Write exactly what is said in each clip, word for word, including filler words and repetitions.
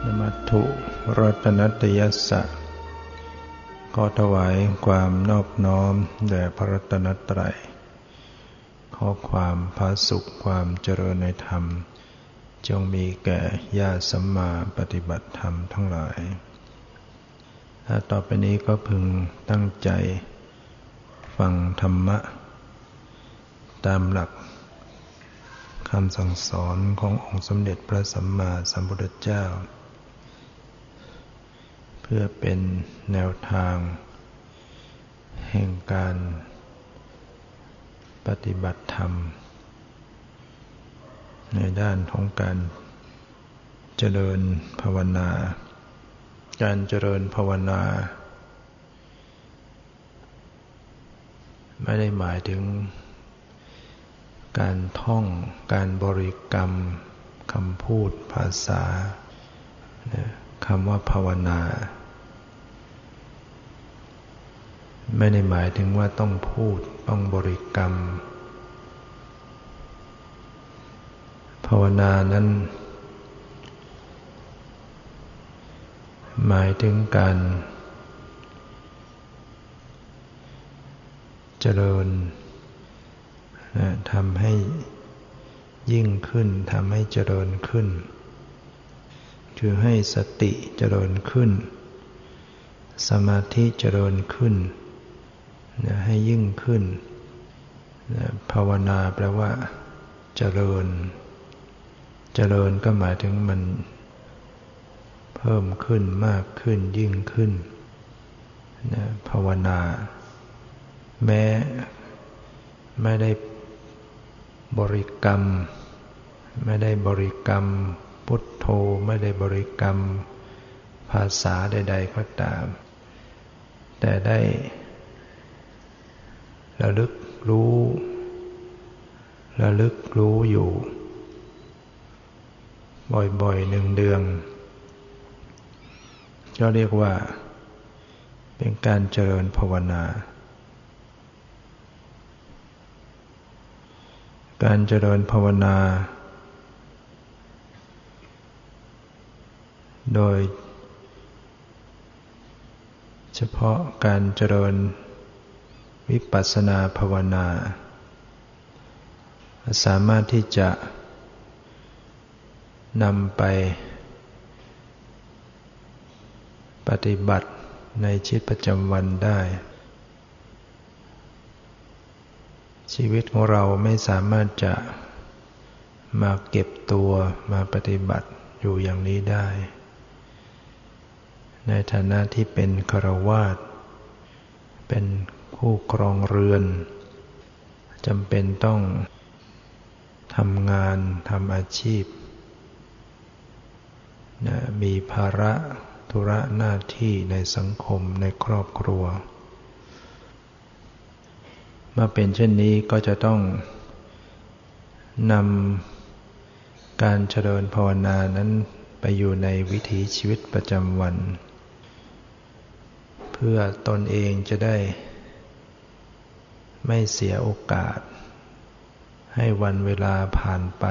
นมัตถุรัตนัตยัสสะขอถวายความนอบน้อมแด่พระรัตนตรัยขอความผาสุขความเจริญในธรรมจงมีแก่ญาติสัมมาปฏิบัติธรรมทั้งหลายต่อไปนี้ก็พึงตั้งใจฟังธรรมะตามหลักคำสั่งสอนขององค์สมเด็จพระสัมมาสัมพุทธเจ้าเพื่อเป็นแนวทางแห่งการปฏิบัติธรรมในด้านของการเจริญภาวนาการเจริญภาวนาไม่ได้หมายถึงการท่องการบริกรรมคำพูดภาษาคำว่าภาวนาไม่ได้หมายถึงว่าต้องพูดต้องบริกรรมภาวนานั้นหมายถึงการเจริญทำให้ยิ่งขึ้นทำให้เจริญขึ้นคือให้สติเจริญขึ้นสมาธิเจริญขึ้นให้ยิ่งขึ้นภาวนาแปลว่าเจริญเจริญก็หมายถึงมันเพิ่มขึ้นมากขึ้นยิ่งขึ้นภาวนาแม้ไม่ได้บริกรรมไม่ได้บริกรรมพุทโธไม่ได้บริกรรมภาษาใดๆก็ตามแต่ได้ระลึกรู้ระลึกรู้อยู่บ่อยๆหนึ่งเดือนก็เรียกว่าเป็นการเจริญภาวนาการเจริญภาวนาโดยเฉพาะการเจริญวิปัสสนาภาวนาสามารถที่จะนำไปปฏิบัติในชีวิตประจำวันได้ชีวิตของเราไม่สามารถจะมาเก็บตัวมาปฏิบัติอยู่อย่างนี้ได้ในฐานะที่เป็นฆราวาสเป็นผู้ครองเรือนจำเป็นต้องทำงานทำอาชีพนะมีภาระธุระหน้าที่ในสังคมในครอบครัวเมื่อเป็นเช่นนี้ก็จะต้องนำการเจริญภาวนานั้นไปอยู่ในวิถีชีวิตประจำวันเพื่อตนเองจะได้ไม่เสียโอกาสให้วันเวลาผ่านไป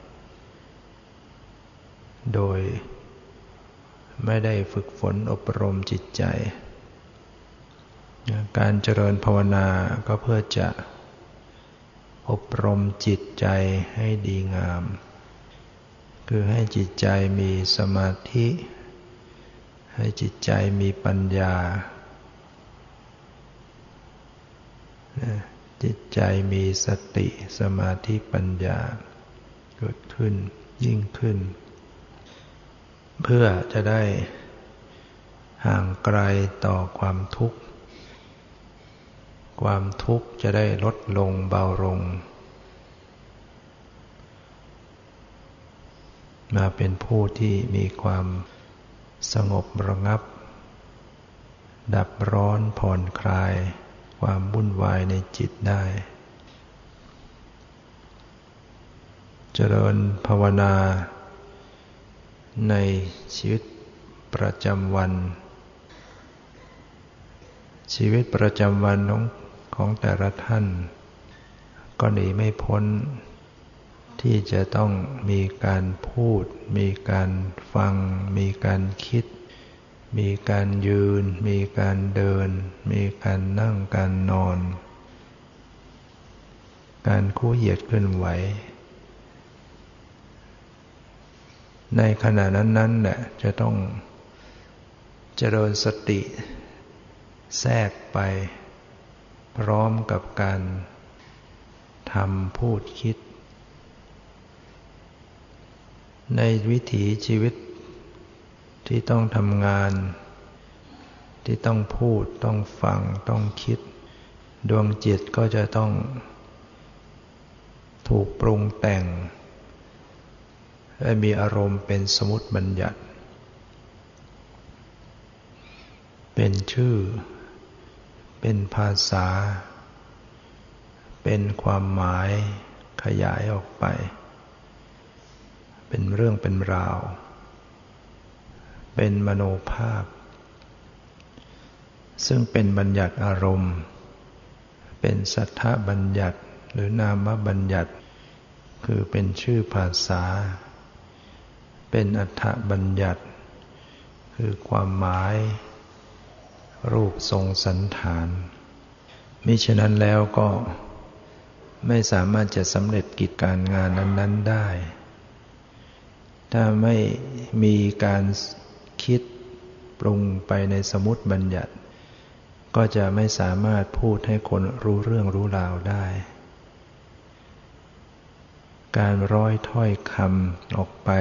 โดยไม่ได้ฝึกฝนอบรมจิตใจการเจริญภาวนาก็เพื่อจะอบรมจิตใจให้ดีงามคือให้จิตใจมีสมาธิให้จิตใจมีปัญญาจิตใจมีสติสมาธิปัญญาเกิดขึ้นยิ่งขึ้นเพื่อจะได้ห่างไกลต่อความทุกข์ความทุกข์จะได้ลดลงเบาลงมาเป็นผู้ที่มีความสงบระงับดับร้อนผ่อนคลายความวุ่นวายในจิตได้เจริญภาวนาในชีวิตประจำวันชีวิตประจำวันของของแต่ละท่านก็หนีไม่พ้นที่จะต้องมีการพูดมีการฟังมีการคิดมีการยืนมีการเดินมีการนั่งการนอนการคู่เหยียดเคลื่อนไหวในขณะนั้นๆแหละจะต้องเจริญสติแทรกไปพร้อมกับการทำพูดคิดในวิถีชีวิตที่ต้องทำงานที่ต้องพูดต้องฟังต้องคิดดวงจิตก็จะต้องถูกปรุงแต่งและมีอารมณ์เป็นสมมุติบัญญัติเป็นชื่อเป็นภาษาเป็นความหมายขยายออกไปเป็นเรื่องเป็นราวเป็นมโนภาพซึ่งเป็นบัญญัติอารมณ์เป็นสัทธบัญญัติหรือนามบัญญัติคือเป็นชื่อภาษาเป็นอรรถบัญญัติคือความหมายรูปทรงสันฐานมิฉะนั้นแล้วก็ไม่สามารถจะสำเร็จกิจการงานนั้นๆได้ถ้าไม่มีการคิดปรุงไปในสมมุติบัญญัติก็จะไม่สามารถพูดให้คนรู้เรื่องรู้ราวได้การร้อยถ้อยคำออกไป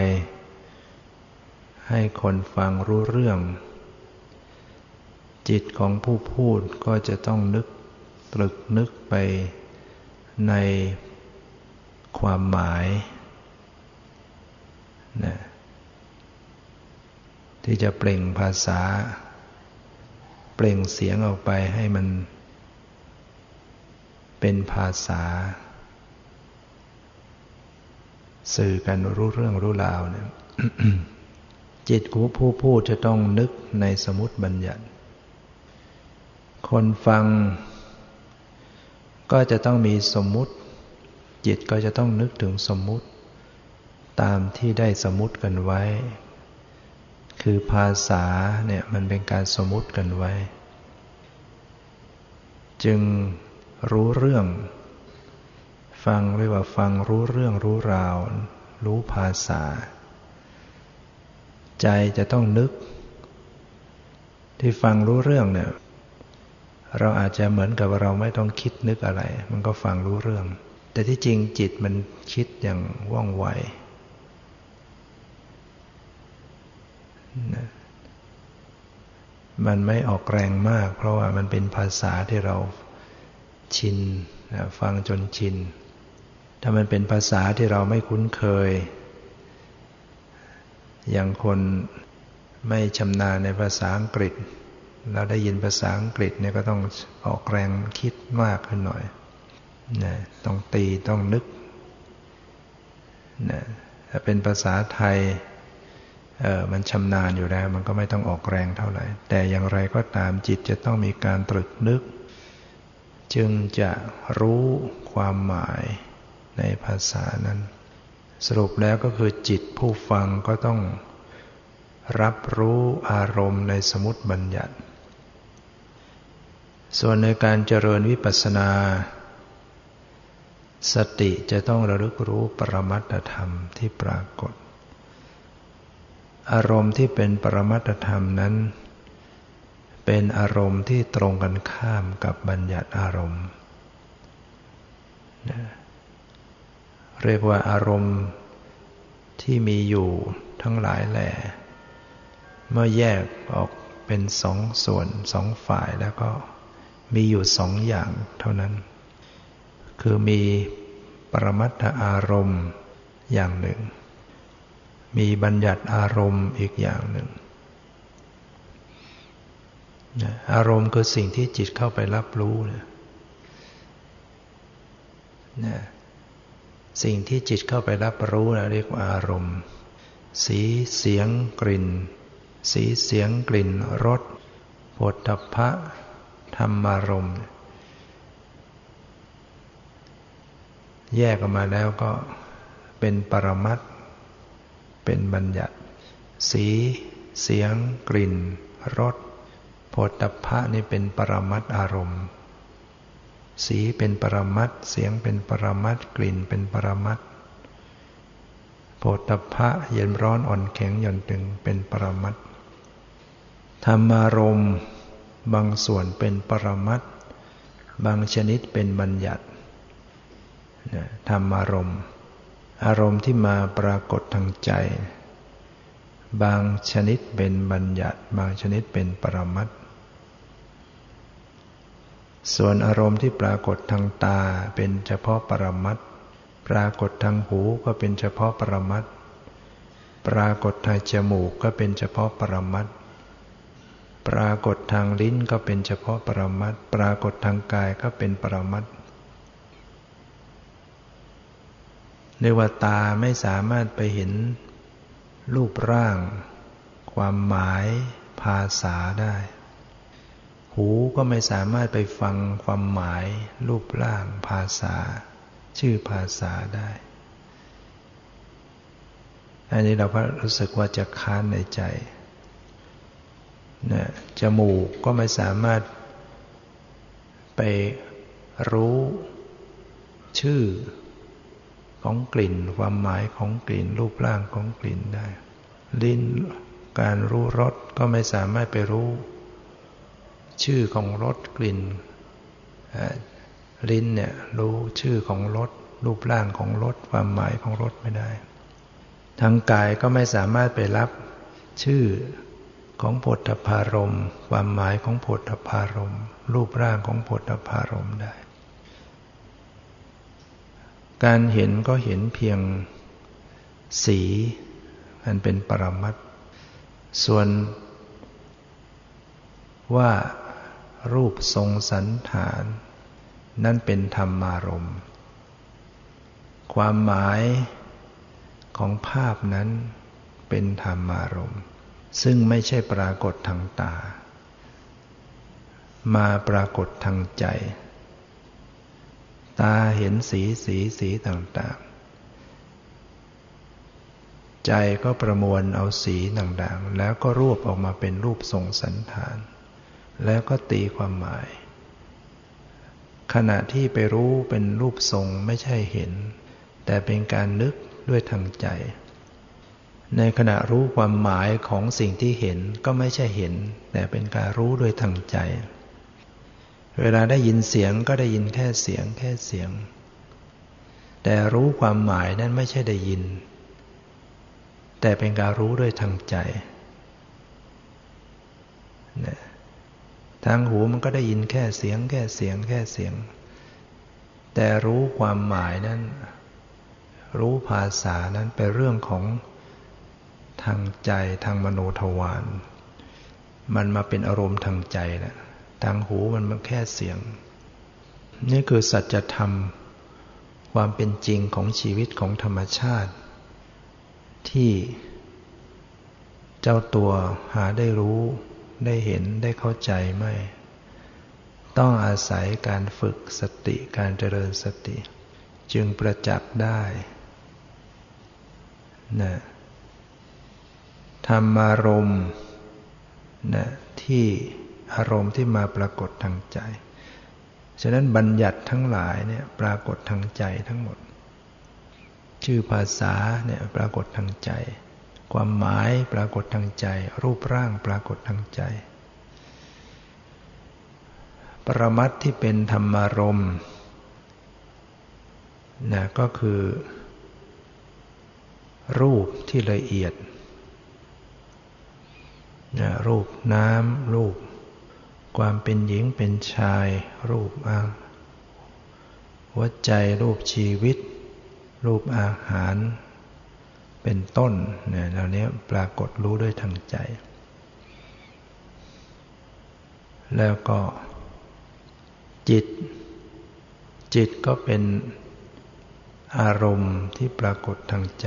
ให้คนฟังรู้เรื่องจิตของผู้พูดก็จะต้องนึกตรึกนึกไปในความหมายนะที่จะเปล่งภาษาเปล่งเสียงออกไปให้มันเป็นภาษาสื่อกันรู้เรื่องรู้ราวเนี่ย จิตของผู้พูดจะต้องนึกในสมมุติบัญญัติคนฟังก็จะต้องมีสมมุติจิตก็จะต้องนึกถึงสมมุติตามที่ได้สมมุติกันไว้คือภาษาเนี่ยมันเป็นการสมมุติกันไว้จึงรู้เรื่องฟังเรียกว่าฟังรู้เรื่องรู้ราวรู้ภาษาใจจะต้องนึกที่ฟังรู้เรื่องเนี่ยเราอาจจะเหมือนกับเราไม่ต้องคิดนึกอะไรมันก็ฟังรู้เรื่องแต่ที่จริงจิตมันคิดอย่างว่องไวนะมันไม่ออกแรงมากเพราะว่ามันเป็นภาษาที่เราชินนะฟังจนชินถ้ามันเป็นภาษาที่เราไม่คุ้นเคยอย่างคนไม่ชำนาญในภาษาอังกฤษเราได้ยินภาษาอังกฤษเนี่ยก็ต้องออกแรงคิดมากขึ้นหน่อยนะต้องตีต้องนึกนะถ้าเป็นภาษาไทยเออมันชำนาญอยู่แล้วมันก็ไม่ต้องออกแรงเท่าไหร่แต่อย่างไรก็ตามจิตจะต้องมีการตรึกนึกจึงจะรู้ความหมายในภาษานั้นสรุปแล้วก็คือจิตผู้ฟังก็ต้องรับรู้อารมณ์ในสมมุติบัญญัติส่วนในการเจริญวิปัสสนาสติจะต้องระลึกรู้ปรมัตถธรรมที่ปรากฏอารมณ์ที่เป็นปรมัตถธรรมนั้นเป็นอารมณ์ที่ตรงกันข้ามกับบัญญัติอารมณ์เรียกว่าอารมณ์ที่มีอยู่ทั้งหลายแหล่เมื่อแยกออกเป็นสองส่วนสองฝ่ายแล้วก็มีอยู่สองอย่างเท่านั้นคือมีปรมัตถอารมณ์อย่างหนึ่งมีบัญญัติอารมณ์อีกอย่างหนึ่งอารมณ์คือสิ่งที่จิตเข้าไปรับรู้เนี่ยสิ่งที่จิตเข้าไปรับรู้นะเรียกว่าอารมณ์สีเสียงกลิ่นสีเสียงกลิ่นรสโผฏฐัพพะธรรมารมณ์แยกออกมาแล้วก็เป็นปรมัตถ์เป็นบัญญัติสีเสียงกลิ่นรสโผฏฐัพพะนี่เป็นปรมัตถ์อารมณ์สีเป็นปรมัตถ์เสียงเป็นปรมัตถ์กลิ่นเป็นปรมัตถ์โผฏฐัพพะเย็นร้อนอ่อนแข็งหย่อนตึงเป็นปรมัตถ์ธรรมารมณ์บางส่วนเป็นปรมัตถ์บางชนิดเป็นบัญญัติธรรมารมณ์อารมณ์ที่มาปรากฏทางใจบางชนิดเป็นบัญญัติบางชนิดเป็นปรมัตถ์ส่วนอารมณ์ที่ปรากฏทางตาเป็นเฉพาะปรมัตถ์ปรากฏทางหูก็เป็นเฉพาะปรมัตถ์ปรากฏทางจมูกก็เป็นเฉพาะปรมัตถ์ปรากฏทางลิ้นก็เป็นเฉพาะปรมัตถ์ปรากฏทางกายก็เป็นปรมัตถ์เรียกว่าตาไม่สามารถไปเห็นรูปร่างความหมายภาษาได้หูก็ไม่สามารถไปฟังความหมายรูปร่างภาษาชื่อภาษาได้อันนี้เราก็รู้สึกว่าจะค้านในใจนะจมูกก็ไม่สามารถไปรู้ชื่อของกลิ่นความหมายของกลิ่นรูปร่างของกลิ่นได้ลิ้นการรู้รสก็ไม่สามารถไปรู้ชื่อของรสกลิ่นลิ้นเนี่ยรู้ชื่อของรสรูปร่างของรสความหมายของรสไม่ได้ทางกายก็ไม่สามารถไปรับชื่อของโผฏฐัพพารมณ์ความหมายของโผฏฐัพพารมณ์รูปร่างของโผฏฐัพพารมณ์ได้การเห็นก็เห็นเพียงสีอันเป็นปรมัตถ์ส่วนว่ารูปทรงสันฐานนั่นเป็นธรรมารมณ์ความหมายของภาพนั้นเป็นธรรมารมณ์ซึ่งไม่ใช่ปรากฏทางตามาปรากฏทางใจตาเห็นสีสีสีต่างๆใจก็ประมวลเอาสีต่างๆแล้วก็รวบออกมาเป็นรูปทรงสันฐานแล้วก็ตีความหมายขณะที่ไปรู้เป็นรูปทรงไม่ใช่เห็นแต่เป็นการนึกด้วยทางใจในขณะรู้ความหมายของสิ่งที่เห็นก็ไม่ใช่เห็นแต่เป็นการรู้ด้วยทางใจเวลาได้ยินเสียงก็ได้ยินแค่เสียงแค่เสียงแต่รู้ความหมายนั้นไม่ใช่ได้ยินแต่เป็นการรู้ด้วยทางใจนะทางหูมันก็ได้ยินแค่เสียงแค่เสียงแค่เสียงแต่รู้ความหมายนั้นรู้ภาษานั้นเป็นเรื่องของทางใจทางมโนทวารมันมาเป็นอารมณ์ทางใจแหละทางหูมันมันแค่เสียงนี่คือสัจธรรมความเป็นจริงของชีวิตของธรรมชาติที่เจ้าตัวหาได้รู้ได้เห็นได้เข้าใจไม่ต้องอาศัยการฝึกสติการเจริญสติจึงประจักษ์ได้นะธรรมารมณ์นะที่อารมณ์ที่มาปรากฏทางใจฉะนั้นบัญญัติทั้งหลายเนี่ยปรากฏทางใจทั้งหมดชื่อภาษาเนี่ยปรากฏทางใจความหมายปรากฏทางใจรูปร่างปรากฏทางใจปรมัตถ์ที่เป็นธรรมารมณ์นะก็คือรูปที่ละเอียดนะรูปน้ำรูปความเป็นหญิงเป็นชายรูปอ่างหัวใจรูปชีวิตรูปอาหารเป็นต้นเนี่ยเหล่านี้ปรากฏรู้ด้วยทางใจแล้วก็จิตจิตก็เป็นอารมณ์ที่ปรากฏทางใจ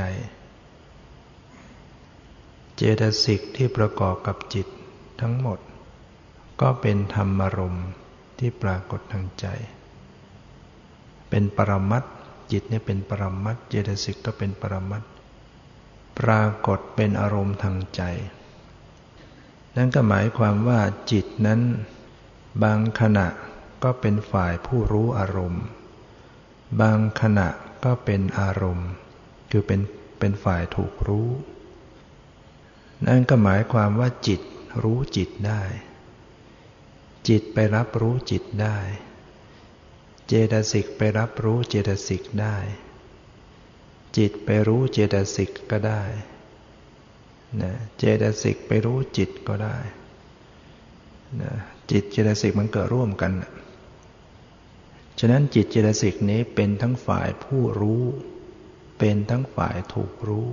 เจตสิกที่ประกอบกับจิตทั้งหมดก็เป็นธรรมารมณ์ที่ปรากฏทางใจเป็นปรมัตถ์จิตเนี่ยเป็นปรมัตถ์เจตสิกก็เป็นปรมัตถ์ปรากฏเป็นอารมณ์ทางใจนั่นก็หมายความว่าจิตนั้นบางขณะก็เป็นฝ่ายผู้รู้อารมณ์บางขณะก็เป็นอารมณ์คือเป็นเป็นฝ่ายถูกรู้นั่นก็หมายความว่าจิตรู้จิตได้จิตไปรับรู้จิตได้เจตสิกไปรับรู้เจตสิกได้จิตไปรู้เจตสิกก็ได้นะเจตสิกไปรู้จิตก็ได้นะจิตเจตสิกมันเกิดร่วมกันฉะนั้นจิตเจตสิกนี้เป็นทั้งฝ่ายผู้รู้เป็นทั้งฝ่ายถูกรู้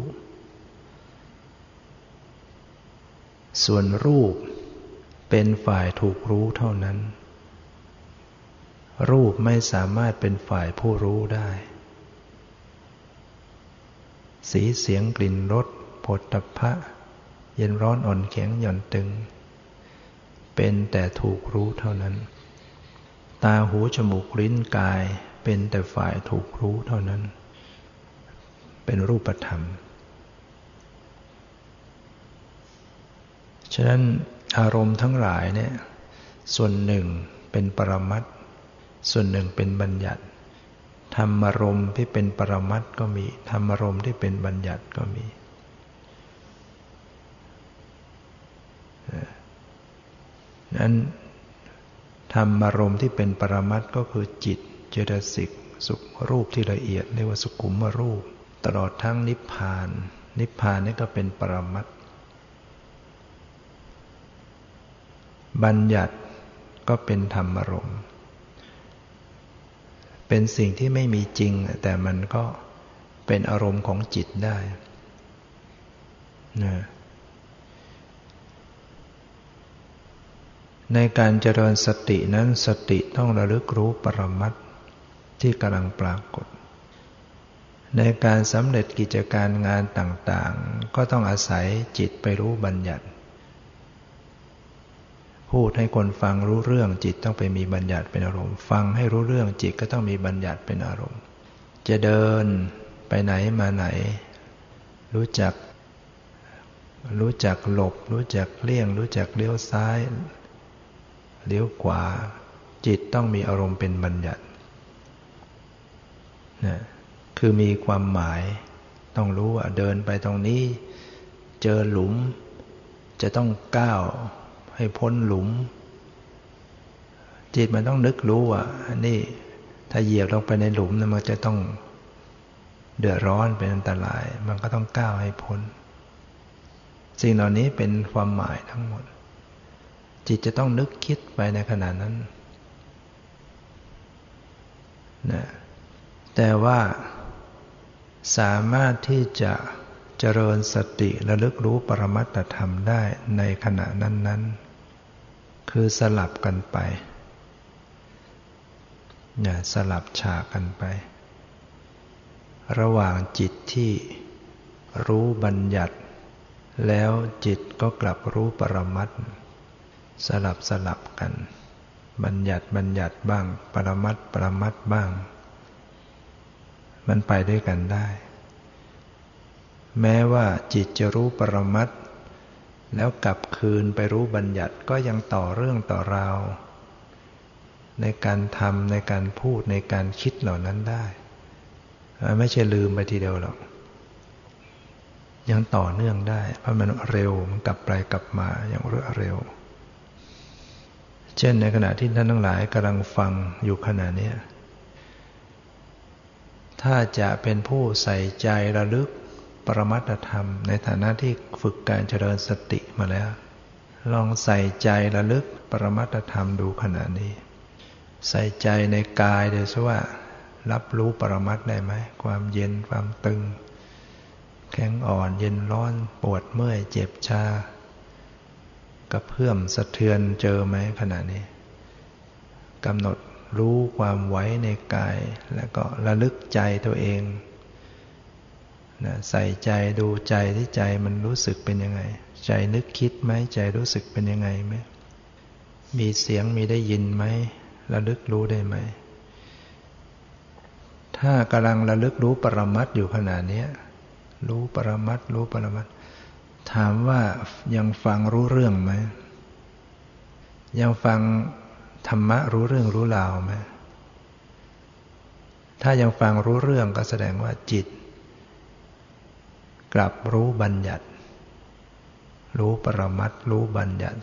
ส่วนรูปเป็นฝ่ายถูกรู้เท่านั้นรูปไม่สามารถเป็นฝ่ายผู้รู้ได้สีเสียงกลิ่นรสโผฏฐัพพะเย็นร้อนอ่อนแข็งหย่อนตึงเป็นแต่ถูกรู้เท่านั้นตาหูจมูกลิ้นกายเป็นแต่ฝ่ายถูกรู้เท่านั้นเป็นรูปธรรมฉะนั้นอารมณ์ทั้งหลายเนี่ยส่วนหนึ่งเป็นปรมัตถ์ส่วนหนึ่งเป็นบัญญัติธรรมารมณ์ที่เป็นปรมัตถ์ก็มีธรรมารมณ์ที่เป็นบัญญัติก็มีนั้นธรรมารมณ์ที่เป็นปรมัตถ์ก็คือจิตเจตสิกสุขรูปที่ละเอียดเรียกว่าสุขุมรูปตลอดทั้งนิพพานนิพพานนี่ก็เป็นปรมัตถ์บัญญัติก็เป็นธรรมารมณ์เป็นสิ่งที่ไม่มีจริงแต่มันก็เป็นอารมณ์ของจิตได้นะในการเจริญสตินั้นสติต้องระลึกรู้ปรมัตถ์ที่กำลังปรากฏในการสำเร็จกิจการงานต่างๆก็ต้องอาศัยจิตไปรู้บัญญัติพูดให้คนฟังรู้เรื่องจิตต้องไปมีบัญญัติเป็นอารมณ์ฟังให้รู้เรื่องจิตก็ต้องมีบัญญัติเป็นอารมณ์จะเดินไปไหนมาไหนรู้จักรู้จักหลบรู้จักเลี่ยงรู้จักเลี้ยวซ้ายเลี้ยวขวาจิตต้องมีอารมณ์เป็นบัญญัตินะคือมีความหมายต้องรู้ว่าเดินไปตรงนี้เจอหลุมจะต้องก้าวให้พ้นหลุมจิตมันต้องนึกรู้ว่านี่ถ้าเหยียบลงไปในหลุมนะมันจะต้องเดือดร้อนเป็นอันตรายมันก็ต้องก้าวให้พ้นสิ่งเหล่านี้เป็นความหมายทั้งหมดจิตจะต้องนึกคิดไปในขณะนั้นนะแต่ว่าสามารถที่จะเจริญสติระลึกรู้ปรมัตถธรรมได้ในขณะนั้นๆคือสลับกันไปนะสลับฉากกันไประหว่างจิตที่รู้บัญญัติแล้วจิตก็กลับรู้ปรมัตถ์สลับสลับกันบัญญัติบัญญัติบ้างปรมัตถ์ปรมัตถ์บ้างมันไปด้วยกันได้แม้ว่าจิตจะรู้ปรมัตถ์แล้วกลับคืนไปรู้บัญญัติก็ยังต่อเรื่องต่อราวในการทำในการพูดในการคิดเหล่านั้นได้ไม่ใช่ลืมไปทีเดียวหรอกยังต่อเนื่องได้เพราะมันเร็วมันกลับไปกลับมาอย่างรวดเร็วเช่นในขณะที่ท่านทั้งหลายกำลังฟังอยู่ขณะนี้ถ้าจะเป็นผู้ใส่ใจระลึกปรมัตถธรรมในฐานะที่ฝึกการเจริญสติมาแล้วลองใส่ใจระลึกปรมัตถธรรมดูขณะนี้ใส่ใจในกายโดยเฉพาะว่ารับรู้ปรมัตถ์ได้ไหมความเย็นความตึงแข็งอ่อนเย็นร้อนปวดเมื่อยเจ็บชากระเพื่อมสะเทือนเจอไหมขณะนี้กำหนดรู้ความไหวในกายแล้วก็ระลึกใจตัวเองนะใส่ใจดูใจที่ใจมันรู้สึกเป็นยังไงใจนึกคิดไหมใจรู้สึกเป็นยังไงไหมมีเสียงมีได้ยินไหมระลึกรู้ได้ไหมถถ้ากำลังระลึกรู้ปรมัตถ์อยู่ขณะนี้รู้ปรมัตถ์รู้ปรมัตถ์ถามว่ายังฟังรู้เรื่องไหมยังฟังธรรมะรู้เรื่องรู้ราวไหมถ้ายังฟังรู้เรื่องก็แสดงว่าจิตกลับรู้บัญญัติรู้ปรมัตถ์รู้บัญญัติ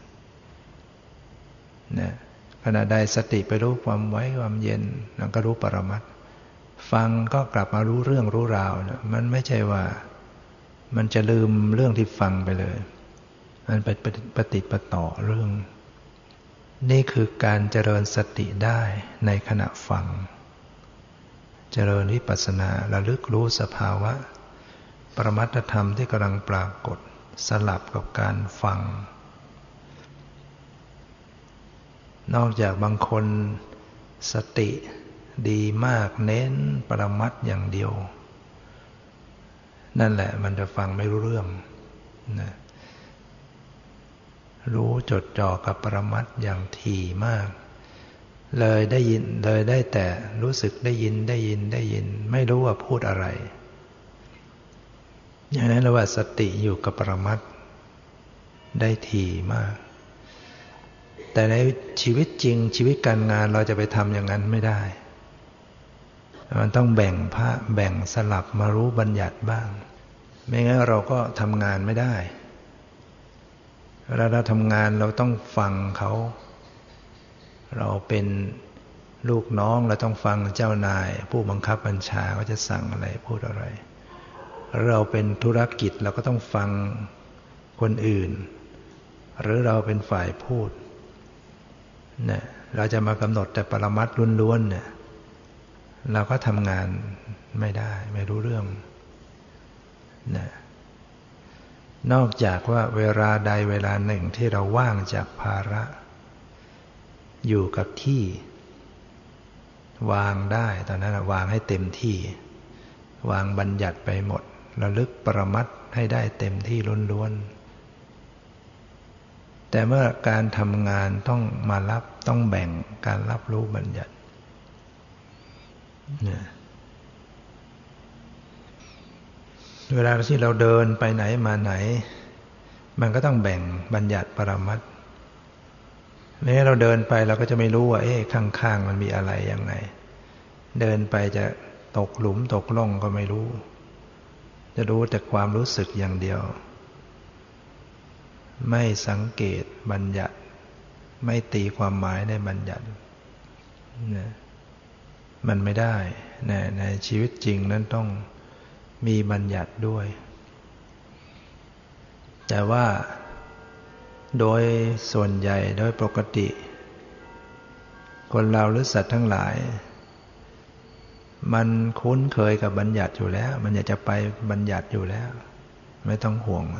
นะขณะใดสติไปรู้ความไว้ความเย็นแล้วก็รู้ปรมัตถ์ฟังก็กลับมารู้เรื่องรู้ราวนะมันไม่ใช่ว่ามันจะลืมเรื่องที่ฟังไปเลยมันไปปฏิปต่อเรื่องนี่คือการเจริญสติได้ในขณะฟังเจริญวิปัสสนาระลึกรู้สภาวะปรมัตถธรรมที่กำลังปรากฏสลับกับการฟังนอกจากบางคนสติดีมากเน้นปรมัตถ์อย่างเดียวนั่นแหละมันจะฟังไม่รู้เรื่องนะรู้จดจ่อกับปรมัตถ์อย่างถี่มากเลยได้ยินเลยได้แต่รู้สึกได้ยินได้ยินได้ยินไม่รู้ว่าพูดอะไรอย่างนั้นเราว่าสติอยู่กับปรมัตถ์ได้ถี่มากแต่ในชีวิตจริงชีวิตการงานเราจะไปทำอย่างนั้นไม่ได้มันต้องแบ่งพระแบ่งสลับมารู้บัญญัติบ้างไม่งั้นเราก็ทำงานไม่ได้เวลาเราทำงานเราต้องฟังเขาเราเป็นลูกน้องเราต้องฟังเจ้านายผู้บังคับบัญชาเขาจะสั่งอะไรพูดอะไรเราเป็นธุรกิจเราก็ต้องฟังคนอื่นหรือเราเป็นฝ่ายพูดเนี่ยเราจะมากำหนดแต่ปรมัตถ์ล้วนๆเนี่ยเราก็ทำงานไม่ได้ไม่รู้เรื่องนะนอกจากว่าเวลาใดเวลาหนึ่งที่เราว่างจากภาระอยู่กับที่วางได้ตอนนั้นวางให้เต็มที่วางบัญญัติไปหมดระลึกปรมัตถ์ให้ได้เต็มที่ล้วนๆแต่เมื่อการทำงานต้องมารับต้องแบ่งการรับรู้บัญญัติเวลาที่เราเดินไปไหนมาไหนมันก็ต้องแบ่งบัญญัติปรมัตถ์ไม่งั้นเราเดินไปเราก็จะไม่รู้ว่าเอ๊ะข้างๆมันมีอะไรยังไงเดินไปจะตกหลุมตกร่องก็ไม่รู้จะรู้แต่ความรู้สึกอย่างเดียวไม่สังเกตบัญญัติไม่ตีความหมายในบัญญัตินะมันไม่ได้ในในชีวิตจริงนั้นต้องมีบัญญัติด้วยแต่ว่าโดยส่วนใหญ่โดยปกติคนเราหรือสัตว์ทั้งหลายมันคุ้นเคยกับบัญญัติอยู่แล้วมันอยากจะไปบัญญัติอยู่แล้วไม่ต้องห่วง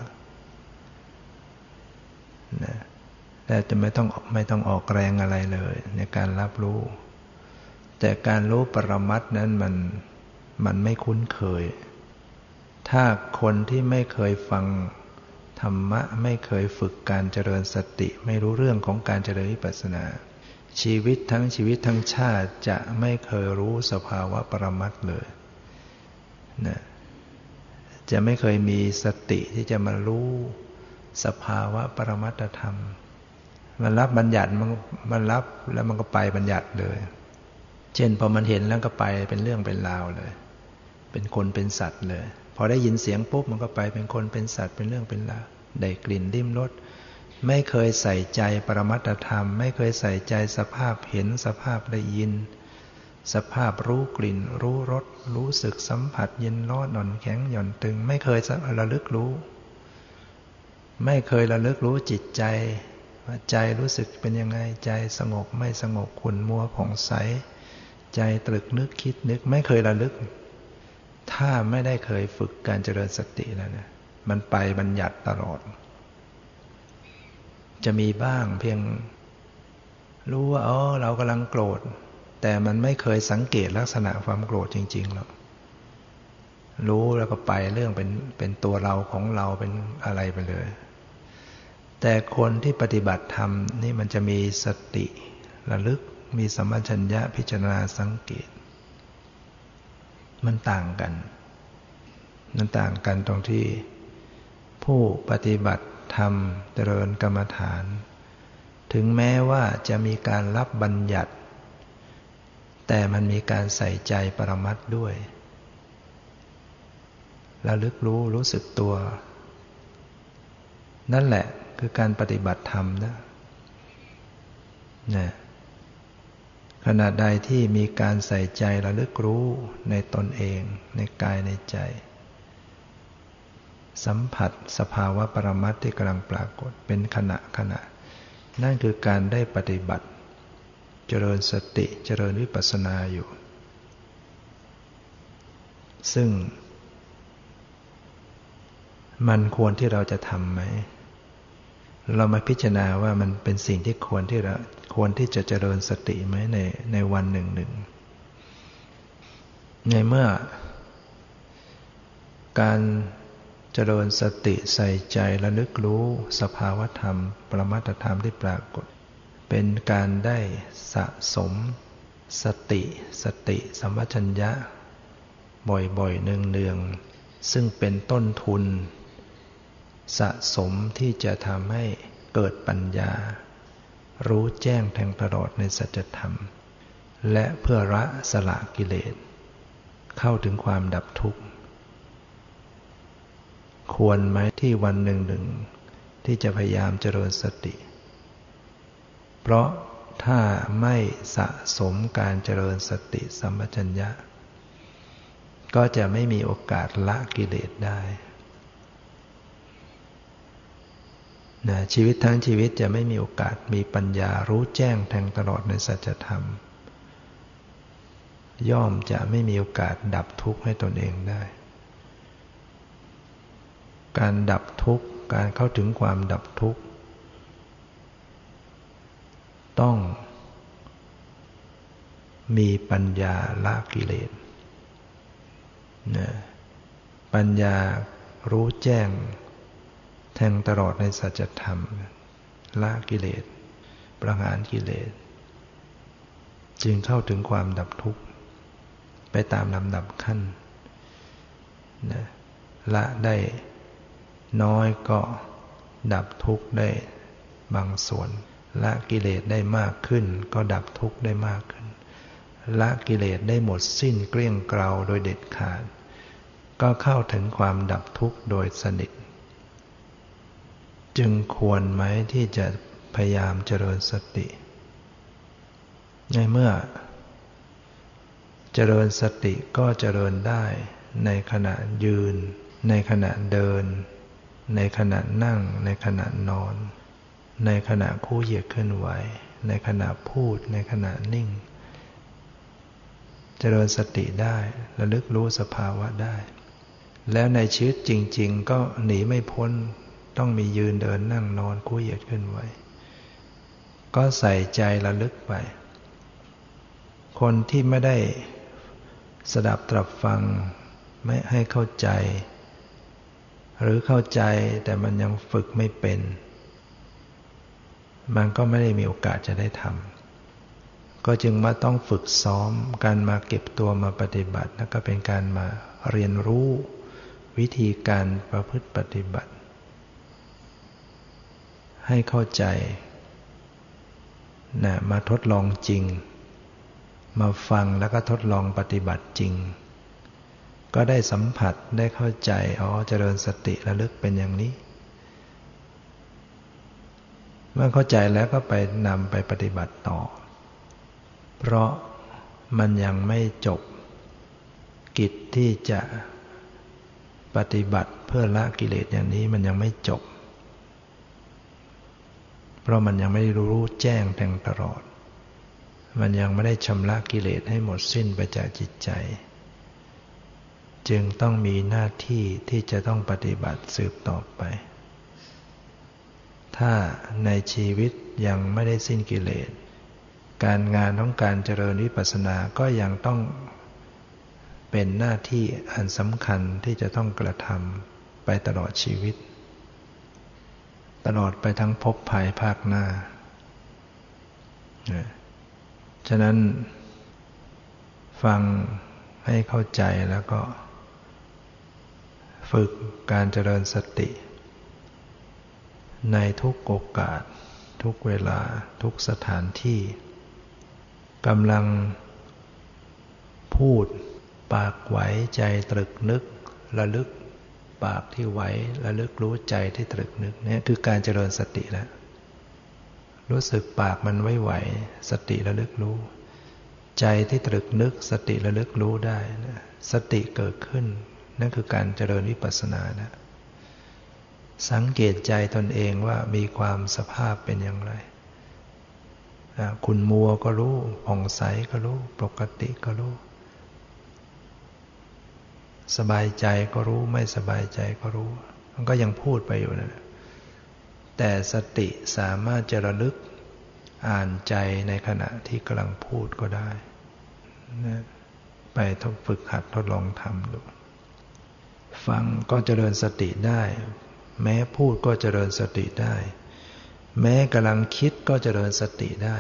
นะแต่จะไม่ต้องไม่ต้องออกแรงอะไรเลยในการรับรู้แต่การรู้ปรมัตถ์นั้นมันมันไม่คุ้นเคยถ้าคนที่ไม่เคยฟังธรรมะไม่เคยฝึกการเจริญสติไม่รู้เรื่องของการเจริญวิปัสสนาชีวิตทั้งชีวิตทั้งชาติจะไม่เคยรู้สภาวะปรมัตถ์เลยนะจะไม่เคยมีสติที่จะมารู้สภาวะปรมัตถธรรมมันรับบัญญัติมันมันรับแล้วมันก็ไปบัญญัติเลยเช่นพอมันเห็นแล้วก็ไปเป็นเรื่องเป็นราวเลยเป็นคนเป็นสัตว์เลยพอได้ยินเสียงปุ๊บมันก็ไปเป็นคนเป็นสัตว์เป็นเรื่องเป็นราวได้กลิ่นลิ้มรสไม่เคยใส่ใจปรมัตถธรรมไม่เคยใส่ใจสภาพเห็นสภาพได้ยินสภาพรู้กลิ่นรู้รสรู้สึกสัมผัสเย็นร้อนอ่อนแข็งหย่อนตึงไม่เคยระลึกรู้ไม่เคยระลึกรู้จิตใจว่าใจรู้สึกเป็นยังไงใจสงบไม่สงบขุ่นมัวผ่องใสใจตรึกนึกคิดนึกไม่เคยระลึกถ้าไม่ได้เคยฝึกการเจริญสติแล้วเนี่ยมันไปบัญญัติตลอดจะมีบ้างเพียงรู้ว่าอ๋อเรากำลังโกรธแต่มันไม่เคยสังเกตลักษณะความโกรธจริงๆหรอกรู้แล้วก็ไปเรื่องเป็นเป็นตัวเราของเราเป็นอะไรไปเลยแต่คนที่ปฏิบัติธรรมนี่มันจะมีสติระลึกมีสัมปชัญญะพิจารณาสังเกตมันต่างกันมันต่างกันตรงที่ผู้ปฏิบัติธรรมเจริญกรรมฐานถึงแม้ว่าจะมีการรับบัญญัติแต่มันมีการใส่ใจปรมัตถ์ด้วยระลึกรู้รู้สึกตัวนั่นแหละคือการปฏิบัติธรรมนะนะขณะใดที่มีการใส่ใจระลึกรู้ในตนเองในกายในใจสัมผัสสภาวะปรมัตถ์ที่กำลังปรากฏเป็นขณะขณะนั่นคือการได้ปฏิบัติเจริญสติเจริญวิปัสสนาอยู่ซึ่งมันควรที่เราจะทำไหมเรามาพิจารณาว่ามันเป็นสิ่งที่ควรที่เราควรที่จะเจริญสติไหมในในวันหนึ่งหนึ่งในเมื่อการเจริญสติใส่ใจระลึกรู้สภาวธรรมปรมัตถธรรมที่ปรากฏเป็นการได้สะสมสติสติสัมปชัญญะบ่อยๆเนืองๆซึ่งเป็นต้นทุนสะสมที่จะทำให้เกิดปัญญารู้แจ้งแทงตลอดในสัจธรรมและเพื่อละสละกิเลสเข้าถึงความดับทุกข์ควรไหมที่วันหนึ่งหนึ่งที่จะพยายามเจริญสติเพราะถ้าไม่สะสมการเจริญสติสัมปชัญญะก็จะไม่มีโอกาสละกิเลสได้นะชีวิตทั้งชีวิตจะไม่มีโอกาสมีปัญญารู้แจ้งแทงตลอดในสัจธรรมย่อมจะไม่มีโอกาสดับทุกข์ให้ตนเองได้การดับทุกข์การเข้าถึงความดับทุกข์ต้องมีปัญญาละกิเลสนะปัญญารู้แจ้งแทงตลอดในสัจธรรมละกิเลสประหารกิเลสจึงเข้าถึงความดับทุกข์ไปตามลำดับขั้นนะละได้น้อยก็ดับทุกข์ได้บางส่วนละกิเลสได้มากขึ้นก็ดับทุกข์ได้มากขึ้นละกิเลสได้หมดสิ้นเกลี้ยงเกลาโดยเด็ดขาดก็เข้าถึงความดับทุกข์โดยสนิทจึงควรไหมที่จะพยายามเจริญสติในเมื่อเจริญสติก็เจริญได้ในขณะยืนในขณะเดินในขณะนั่งในขณะนอนในขณะคู่เหยียดเคลื่อนไหวในขณะพูดในขณะนิ่งเจริญสติได้ระลึกรู้สภาวะได้แล้วในชีวิตจริงๆก็หนีไม่พ้นต้องมียืนเดินนั่งนอนคู่เหยียดเคลื่อนไหวก็ใส่ใจระลึกไปคนที่ไม่ได้สดับตรับฟังไม่ให้เข้าใจหรือเข้าใจแต่มันยังฝึกไม่เป็นมันก็ไม่ได้มีโอกาสจะได้ทำก็จึงมาต้องฝึกซ้อมการมาเก็บตัวมาปฏิบัติแล้วก็เป็นการมาเรียนรู้วิธีการประพฤติปฏิบัติให้เข้าใจนะมาทดลองจริงมาฟังแล้วก็ทดลองปฏิบัติจริงก็ได้สัมผัสได้เข้าใจอ๋อเจริญสติระลึกเป็นอย่างนี้เมื่อเข้าใจแล้วก็ไปนำไปปฏิบัติต่อเพราะมันยังไม่จบกิจที่จะปฏิบัติเพื่อละกิเลสอย่างนี้มันยังไม่จบเพราะมันยังไม่รู้แจ้งแทงตลอดมันยังไม่ได้ชำระกิเลสให้หมดสิ้นไปจากจิตใจจึงต้องมีหน้าที่ที่จะต้องปฏิบัติสืบต่อไปถ้าในชีวิตยังไม่ได้สิ้นกิเลสการงานของการเจริญวิปัสสนาก็ยังต้องเป็นหน้าที่อันสำคัญที่จะต้องกระทำไปตลอดชีวิตตลอดไปทั้งภพภายภาคหน้าฉะนั้นฟังให้เข้าใจแล้วก็ฝึกการเจริญสติในทุกโอกาสทุกเวลาทุกสถานที่กำลังพูดปากไหวใจตรึกนึกระลึกปากที่ไหวระลึกรู้ใจที่ตรึกนึกนี่คือการเจริญสติแล้วรู้สึกปากมันไหวๆสติระลึกรู้ใจที่ตรึกนึกสติระลึกรู้ได้นะสติเกิดขึ้นนั่นคือการเจริญวิปัสสนานะสังเกตใจตนเองว่ามีความสภาพเป็นอย่างไรคุณมัวก็รู้ผ่องใสก็รู้ปกติก็รู้สบายใจก็รู้ไม่สบายใจก็รู้มันก็ยังพูดไปอยู่นะแต่สติสามารถจะระลึกอ่านใจในขณะที่กำลังพูดก็ได้นะไปทดฝึกหัดทดลองทำดูฟังก็เจริญสติได้แม้พูดก็เจริญสติได้แม้กำลังคิดก็เจริญสติได้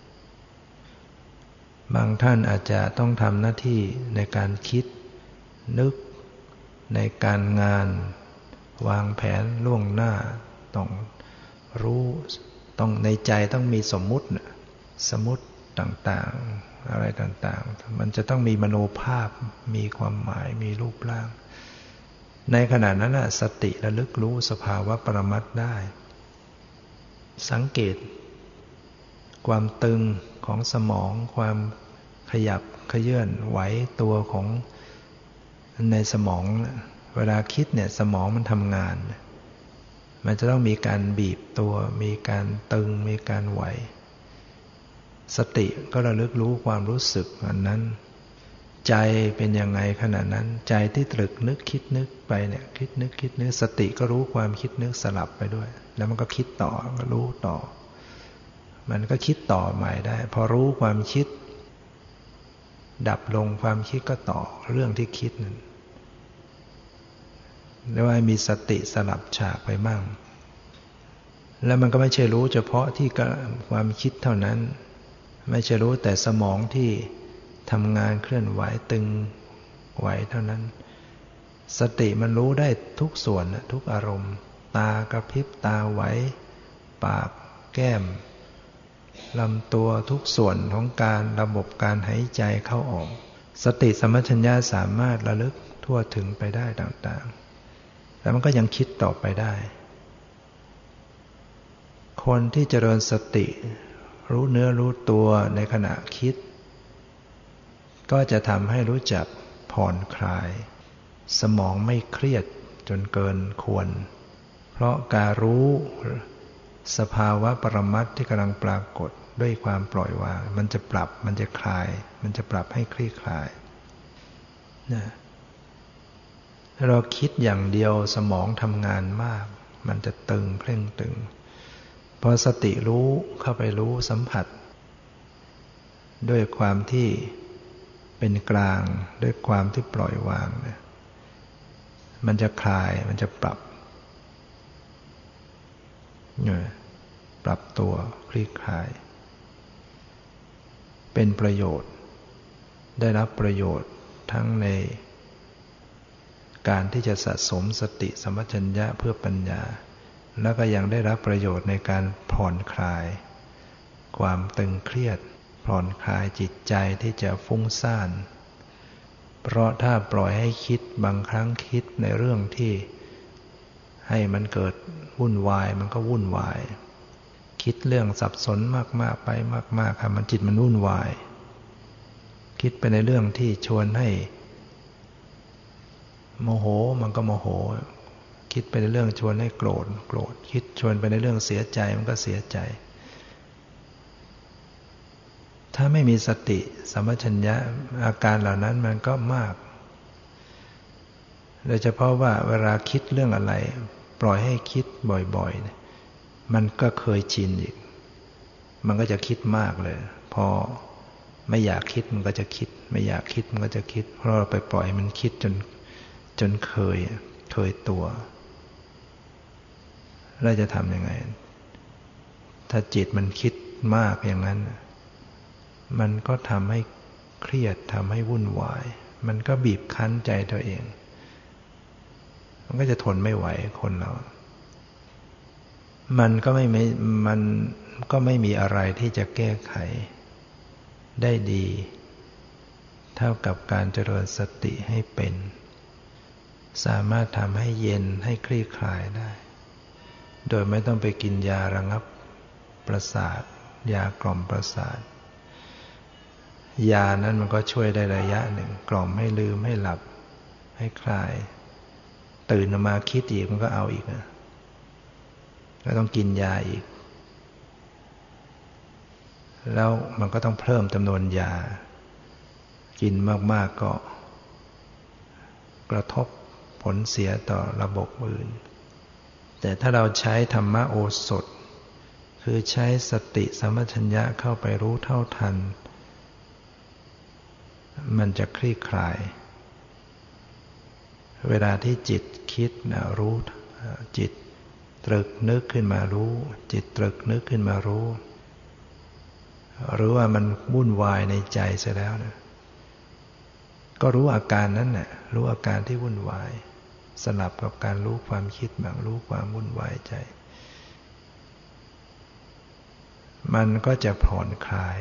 บางท่านอาจจะต้องทำหน้าที่ในการคิดนึกในการงานวางแผนล่วงหน้าต้องรู้ต้องในใจต้องมีสมมุติสมมุติต่างๆอะไรต่างๆมันจะต้องมีมโนภาพมีความหมายมีรูปร่างในขณะนั้นน่ะสติระลึกรู้สภาวะปรมัตถ์ได้สังเกตความตึงของสมองความขยับเขยื้อนไหวตัวของในสมองเวลาคิดเนี่ยสมองมันทำงานมันจะต้องมีการบีบตัวมีการตึงมีการไหวสติก็ระลึกรู้ความรู้สึกอันนั้นใจเป็นยังไงขณะนั้นใจที่ตรึกนึกคิดนึกไปเนี่ยคิดนึกคิดนึกสติก็รู้ความคิดนึกสลับไปด้วยแล้วมันก็คิดต่อก็รู้ต่อมันก็คิดต่อใหม่ได้พอรู้ความคิดดับลงความคิดก็ต่อเรื่องที่คิดนั้นเรียกว่ามีสติสลับฉากไปมั่งแล้วมันก็ไม่ใช่รู้เฉพาะที่ความคิดเท่านั้นไม่ใช่รู้แต่สมองที่ทำงานเคลื่อนไหวตึงไหวเท่านั้นสติมันรู้ได้ทุกส่วนทุกอารมณ์ตากระพริบตาไหวปากแก้มลำตัวทุกส่วนของการระบบการหายใจเข้าออกสติสัมปชัญญะสามารถระลึกทั่วถึงไปได้ต่างๆแล้วมันก็ยังคิดต่อไปได้คนที่เจริญสติรู้เนื้อรู้ตัวในขณะคิดก็จะทำให้รู้จักผ่อนคลายสมองไม่เครียดจนเกินควรเพราะการรู้สภาวะปรมัตถ์ที่กำลังปรากฏด้วยความปล่อยวางมันจะปรับมันจะคลายมันจะปรับให้คลี่คลายนะเราคิดอย่างเดียวสมองทำงานมากมันจะตึงเคร่งตึงพอสติรู้เข้าไปรู้สัมผัสด้วยความที่เป็นกลางด้วยความที่ปล่อยวางเนี่ยมันจะคลายมันจะปรับเนี่ยปรับตัวคลี่คลายเป็นประโยชน์ได้รับประโยชน์ทั้งในการที่จะสะสมสติสัมปชัญญะเพื่อปัญญาแล้วก็ยังได้รับประโยชน์ในการผ่อนคลายความตึงเครียดผ่อนคลายจิตใจที่จะฟุ้งซ่านเพราะถ้าปล่อยให้คิดบางครั้งคิดในเรื่องที่ให้มันเกิดวุ่นวายมันก็วุ่นวายคิดเรื่องสับสนมากๆไปมากๆค่ะมันจิตมันวุ่นวายคิดไปในเรื่องที่ชวนให้โมโหมันก็โมโหคิดไปในเรื่องชวนให้โกรธโกรธคิดชวนไปในเรื่องเสียใจมันก็เสียใจถ้าไม่มีสติสัมปชัญญะอาการเหล่านั้นมันก็มากโดยเฉพาะว่าเวลาคิดเรื่องอะไรปล่อยให้คิดบ่อยๆมันก็เคยชินอีกมันก็จะคิดมากเลยพอไม่อยากคิดมันก็จะคิดไม่อยากคิดมันก็จะคิดเพราะเราไปปล่อยมันคิดจนจนเคยเคยตัวเราจะทำยังไงถ้าจิตมันคิดมากอย่างนั้นมันก็ทำให้เครียดทำให้วุ่นวายมันก็บีบคั้นใจตัวเองมันก็จะทนไม่ไหวคนเรามันก็ไม่ไม่มันก็ไม่มีอะไรที่จะแก้ไขได้ดีเท่ากับการเจริญสติให้เป็นสามารถทำให้เย็นให้คลี่คลายได้โดยไม่ต้องไปกินยาระงับประสาทยากล่อมประสาทยานั้นมันก็ช่วยได้ระยะหนึ่งกล่อมให้ลืมให้หลับให้คลายตื่นมาคิดอีกมันก็เอาอีกนะก็ต้องกินยาอีกแล้วมันก็ต้องเพิ่มจำนวนยากินมากๆก็กระทบผลเสียต่อระบบอื่นแต่ถ้าเราใช้ธรรมโอสถคือใช้สติสัมปชัญญะเข้าไปรู้เท่าทันมันจะคลี่คลายเวลาที่จิตคิดนะรู้จิตตรึกนึกขึ้นมารู้จิตตรึกนึกขึ้นมารู้หรือว่ามันวุ่นวายในใจเสียแล้วนะก็รู้อาการนั้นน่ะรู้อาการที่วุ่นวายสลับกับการรู้ความคิดบ้างรู้ความวุ่นวายใจมันก็จะผ่อนคลาย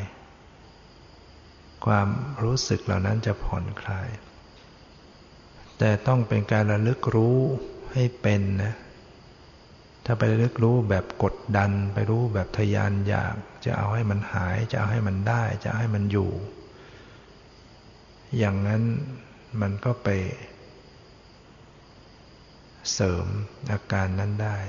ความรู้สึกเหล่านั้นจะผ่อนคลายแต่ต้องเป็นการระลึกรู้ให้เป็นนะถ้าไประลึกรู้แบบกดดันไปรู้แบบทะยานอยากจะเอาให้มันหายจะเอาให้มันได้จะเอาให้มันอยู่อย่างนั้นมันก็ไปเสริมอาการนั้นได้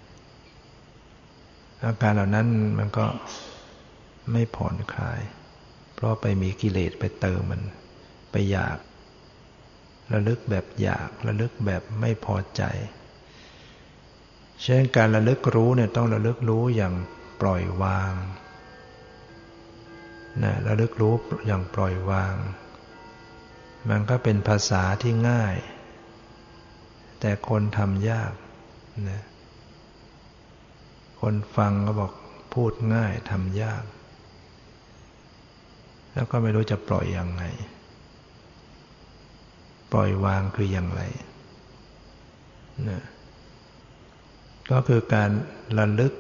อาการเหล่านั้นมันก็ไม่ผ่อนคลายเพราะไปมีกิเลสไปเติมมันไปอยากระลึกแบบอยากระลึกแบบไม่พอใจเช่นการระลึกรู้เนี่ยต้องระลึกรู้อย่างปล่อยวางนะระลึกรู้อย่างปล่อยวางมันก็เป็นภาษาที่ง่ายแต่คนทำยากนะคนฟังก็บอกพูดง่ายทำยากแล้วก็ไม่รู้จะปล่อยยังไงปล่อยวางคืออย่างไรนะก็คือการระลึก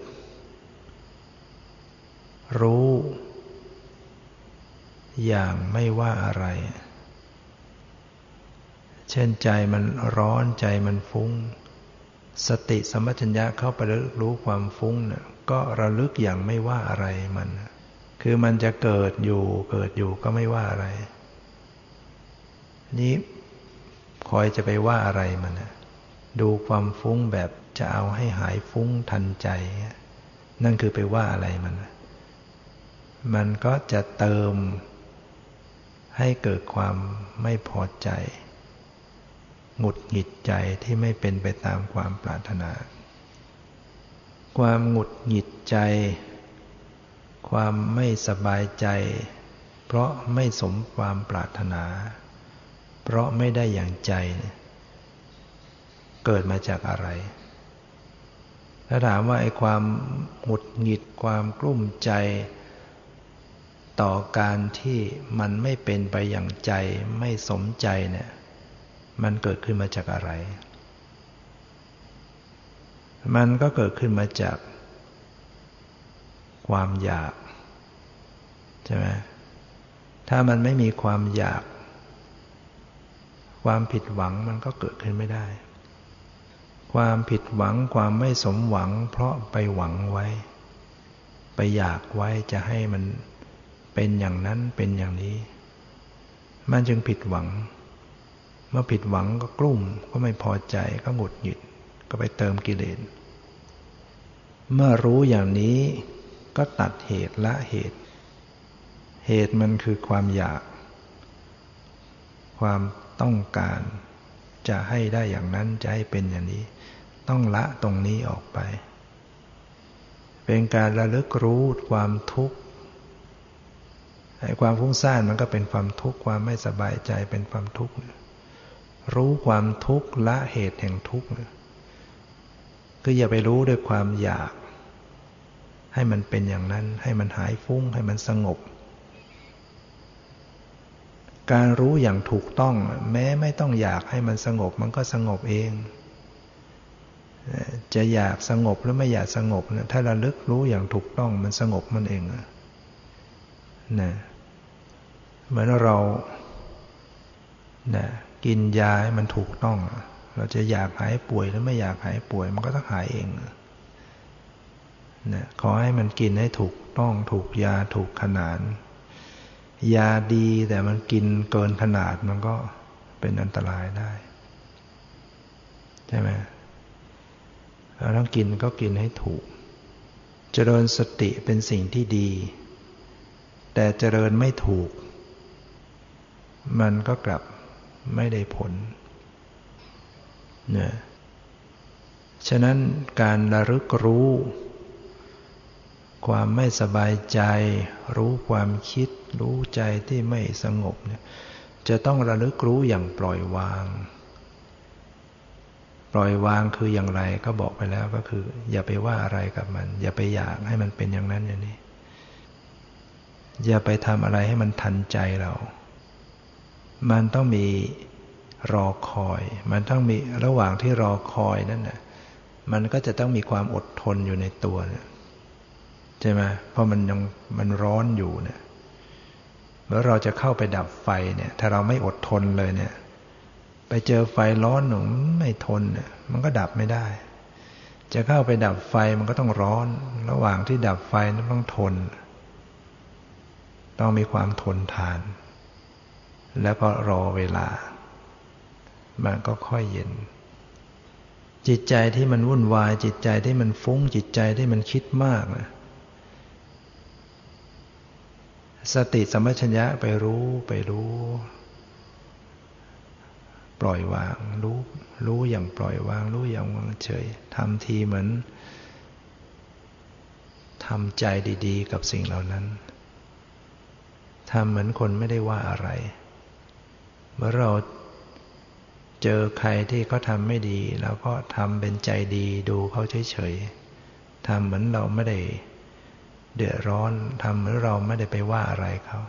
รู้อย่างไม่ว่าอะไรเช่นใจมันร้อนใจมันฟุ้งสติสัมปชัญญะเข้าไประลึกรู้ความฟุ้งเนี่ยก็ระลึกอย่างไม่ว่าอะไรมันคือมันจะเกิดอยู่เกิดอยู่ก็ไม่ว่าอะไรนี้คอยจะไปว่าอะไรมันนะดูความฟุ้งแบบจะเอาให้หายฟุ้งทันใจนั่นคือไปว่าอะไรมันมันก็จะเติมให้เกิดความไม่พอใจหงุดหงิดใจที่ไม่เป็นไปตามความปรารถนาความหงุดหงิดใจความไม่สบายใจเพราะไม่สมความปรารถนาเพราะไม่ได้อย่างใจเกิดมาจากอะไรถ้าถามว่าไอ้ความหงุดหงิดความกลุ้มใจต่อการที่มันไม่เป็นไปอย่างใจไม่สมใจเนี่ยมันเกิดขึ้นมาจากอะไรมันก็เกิดขึ้นมาจากความอยากใช่ไหมถ้ามันไม่มีความอยากความผิดหวังมันก็เกิดขึ้นไม่ได้ความผิดหวังความไม่สมหวังเพราะไปหวังไว้ไปอยากไว้จะให้มันเป็นอย่างนั้นเป็นอย่างนี้มันจึงผิดหวังเมื่อผิดหวังก็กลุ้มก็ไม่พอใจก็หงุดหงิดก็ไปเติมกิเลสเมื่อรู้อย่างนี้ก็ตัดเหตุละเหตุเหตุมันคือความอยากความต้องการจะให้ได้อย่างนั้นจะให้เป็นอย่างนี้ต้องละตรงนี้ออกไปเป็นการระลึกรู้ความทุกข์ไอ้ความฟุ้งซ่านมันก็เป็นความทุกข์ความไม่สบายใจเป็นความทุกข์รู้ความทุกข์ละเหตุแห่งทุกข์คืออย่าไปรู้ด้วยความอยากให้มันเป็นอย่างนั้นให้มันหายฟุ้งให้มันสงบการรู้อย่างถูกต้องแม้ไม่ต้องอยากให้มันสงบมันก็สงบเองจะอยากสงบหรือไม่อยากสงบนะถ้าระลึกรู้อย่างถูกต้องมันสงบมันเองนะเหมือนเรานะกินยาให้มันถูกต้องเราจะอยากหายป่วยหรือไม่อยากหายป่วยมันก็ต้องหายเองนะขอให้มันกินให้ถูกต้องถูกยาถูกขนาดยาดีแต่มันกินเกินขนาดมันก็เป็นอันตรายได้ใช่ไหมเราต้องกินก็กินให้ถูกเจริญสติเป็นสิ่งที่ดีแต่เจริญไม่ถูกมันก็กลับไม่ได้ผลเนี่ยฉะนั้นการระลึกรู้ความไม่สบายใจรู้ความคิดรู้ใจที่ไม่สงบเนี่ยจะต้องระลึกรู้อย่างปล่อยวางปล่อยวางคืออย่างไรก็บอกไปแล้วก็คืออย่าไปว่าอะไรกับมันอย่าไปอยากให้มันเป็นอย่างนั้นอย่างนี้อย่าไปทำอะไรให้มันทันใจเรามันต้องมีรอคอยมันต้องมีระหว่างที่รอคอยนั่นน่ะมันก็จะต้องมีความอดทนอยู่ในตัวเนี่ยใช่ไหมเพราะมันยังมันร้อนอยู่เนี่ยเมื่อเราจะเข้าไปดับไฟเนี่ยถ้าเราไม่อดทนเลยเนี่ยไปเจอไฟร้อนหนูไม่ทนเนี่ยมันก็ดับไม่ได้จะเข้าไปดับไฟมันก็ต้องร้อนระหว่างที่ดับไฟนั้นต้องทนต้องมีความทนทานแล้วก็รอเวลามันก็ค่อยเย็นจิตใจที่มันวุ่นวายจิตใจที่มันฟุ้งจิตใจที่มันคิดมากนะสติสัมปชัญญะไปรู้ไปรู้ปล่อยวางรู้รู้อย่างปล่อยวางรู้อย่างวางเฉยทำทีเหมือนทำใจดีๆกับสิ่งเหล่านั้นทำเหมือนคนไม่ได้ว่าอะไรเมื่อเราเจอใครที่เขาทำไม่ดีเราก็ทำเป็นใจดีดูเขาเฉยๆทำเหมือนเราไม่ได้เดือดร้อนทำเหมือนเราไม่ได้ไปว่าอะไรเขา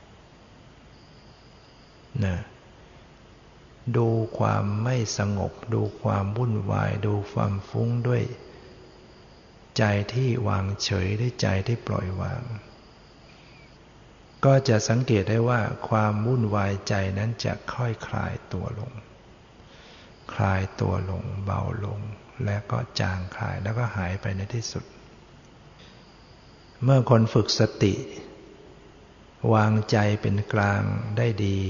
นะดูความไม่สงบดูความวุ่นวายดูความฟุ้งด้วยใจที่วางเฉยด้วยใจที่ปล่อยวางก็จะสังเกตได้ว่าความวุ่นวายใจนั้นจะค่อยคลายตัวลงคลายตัวลงเบาลงแล้วก็จางคลายแล้วก็หายไปในที่สุดเมื่อคนฝึกสติวางใจเป็นกลางได้ดี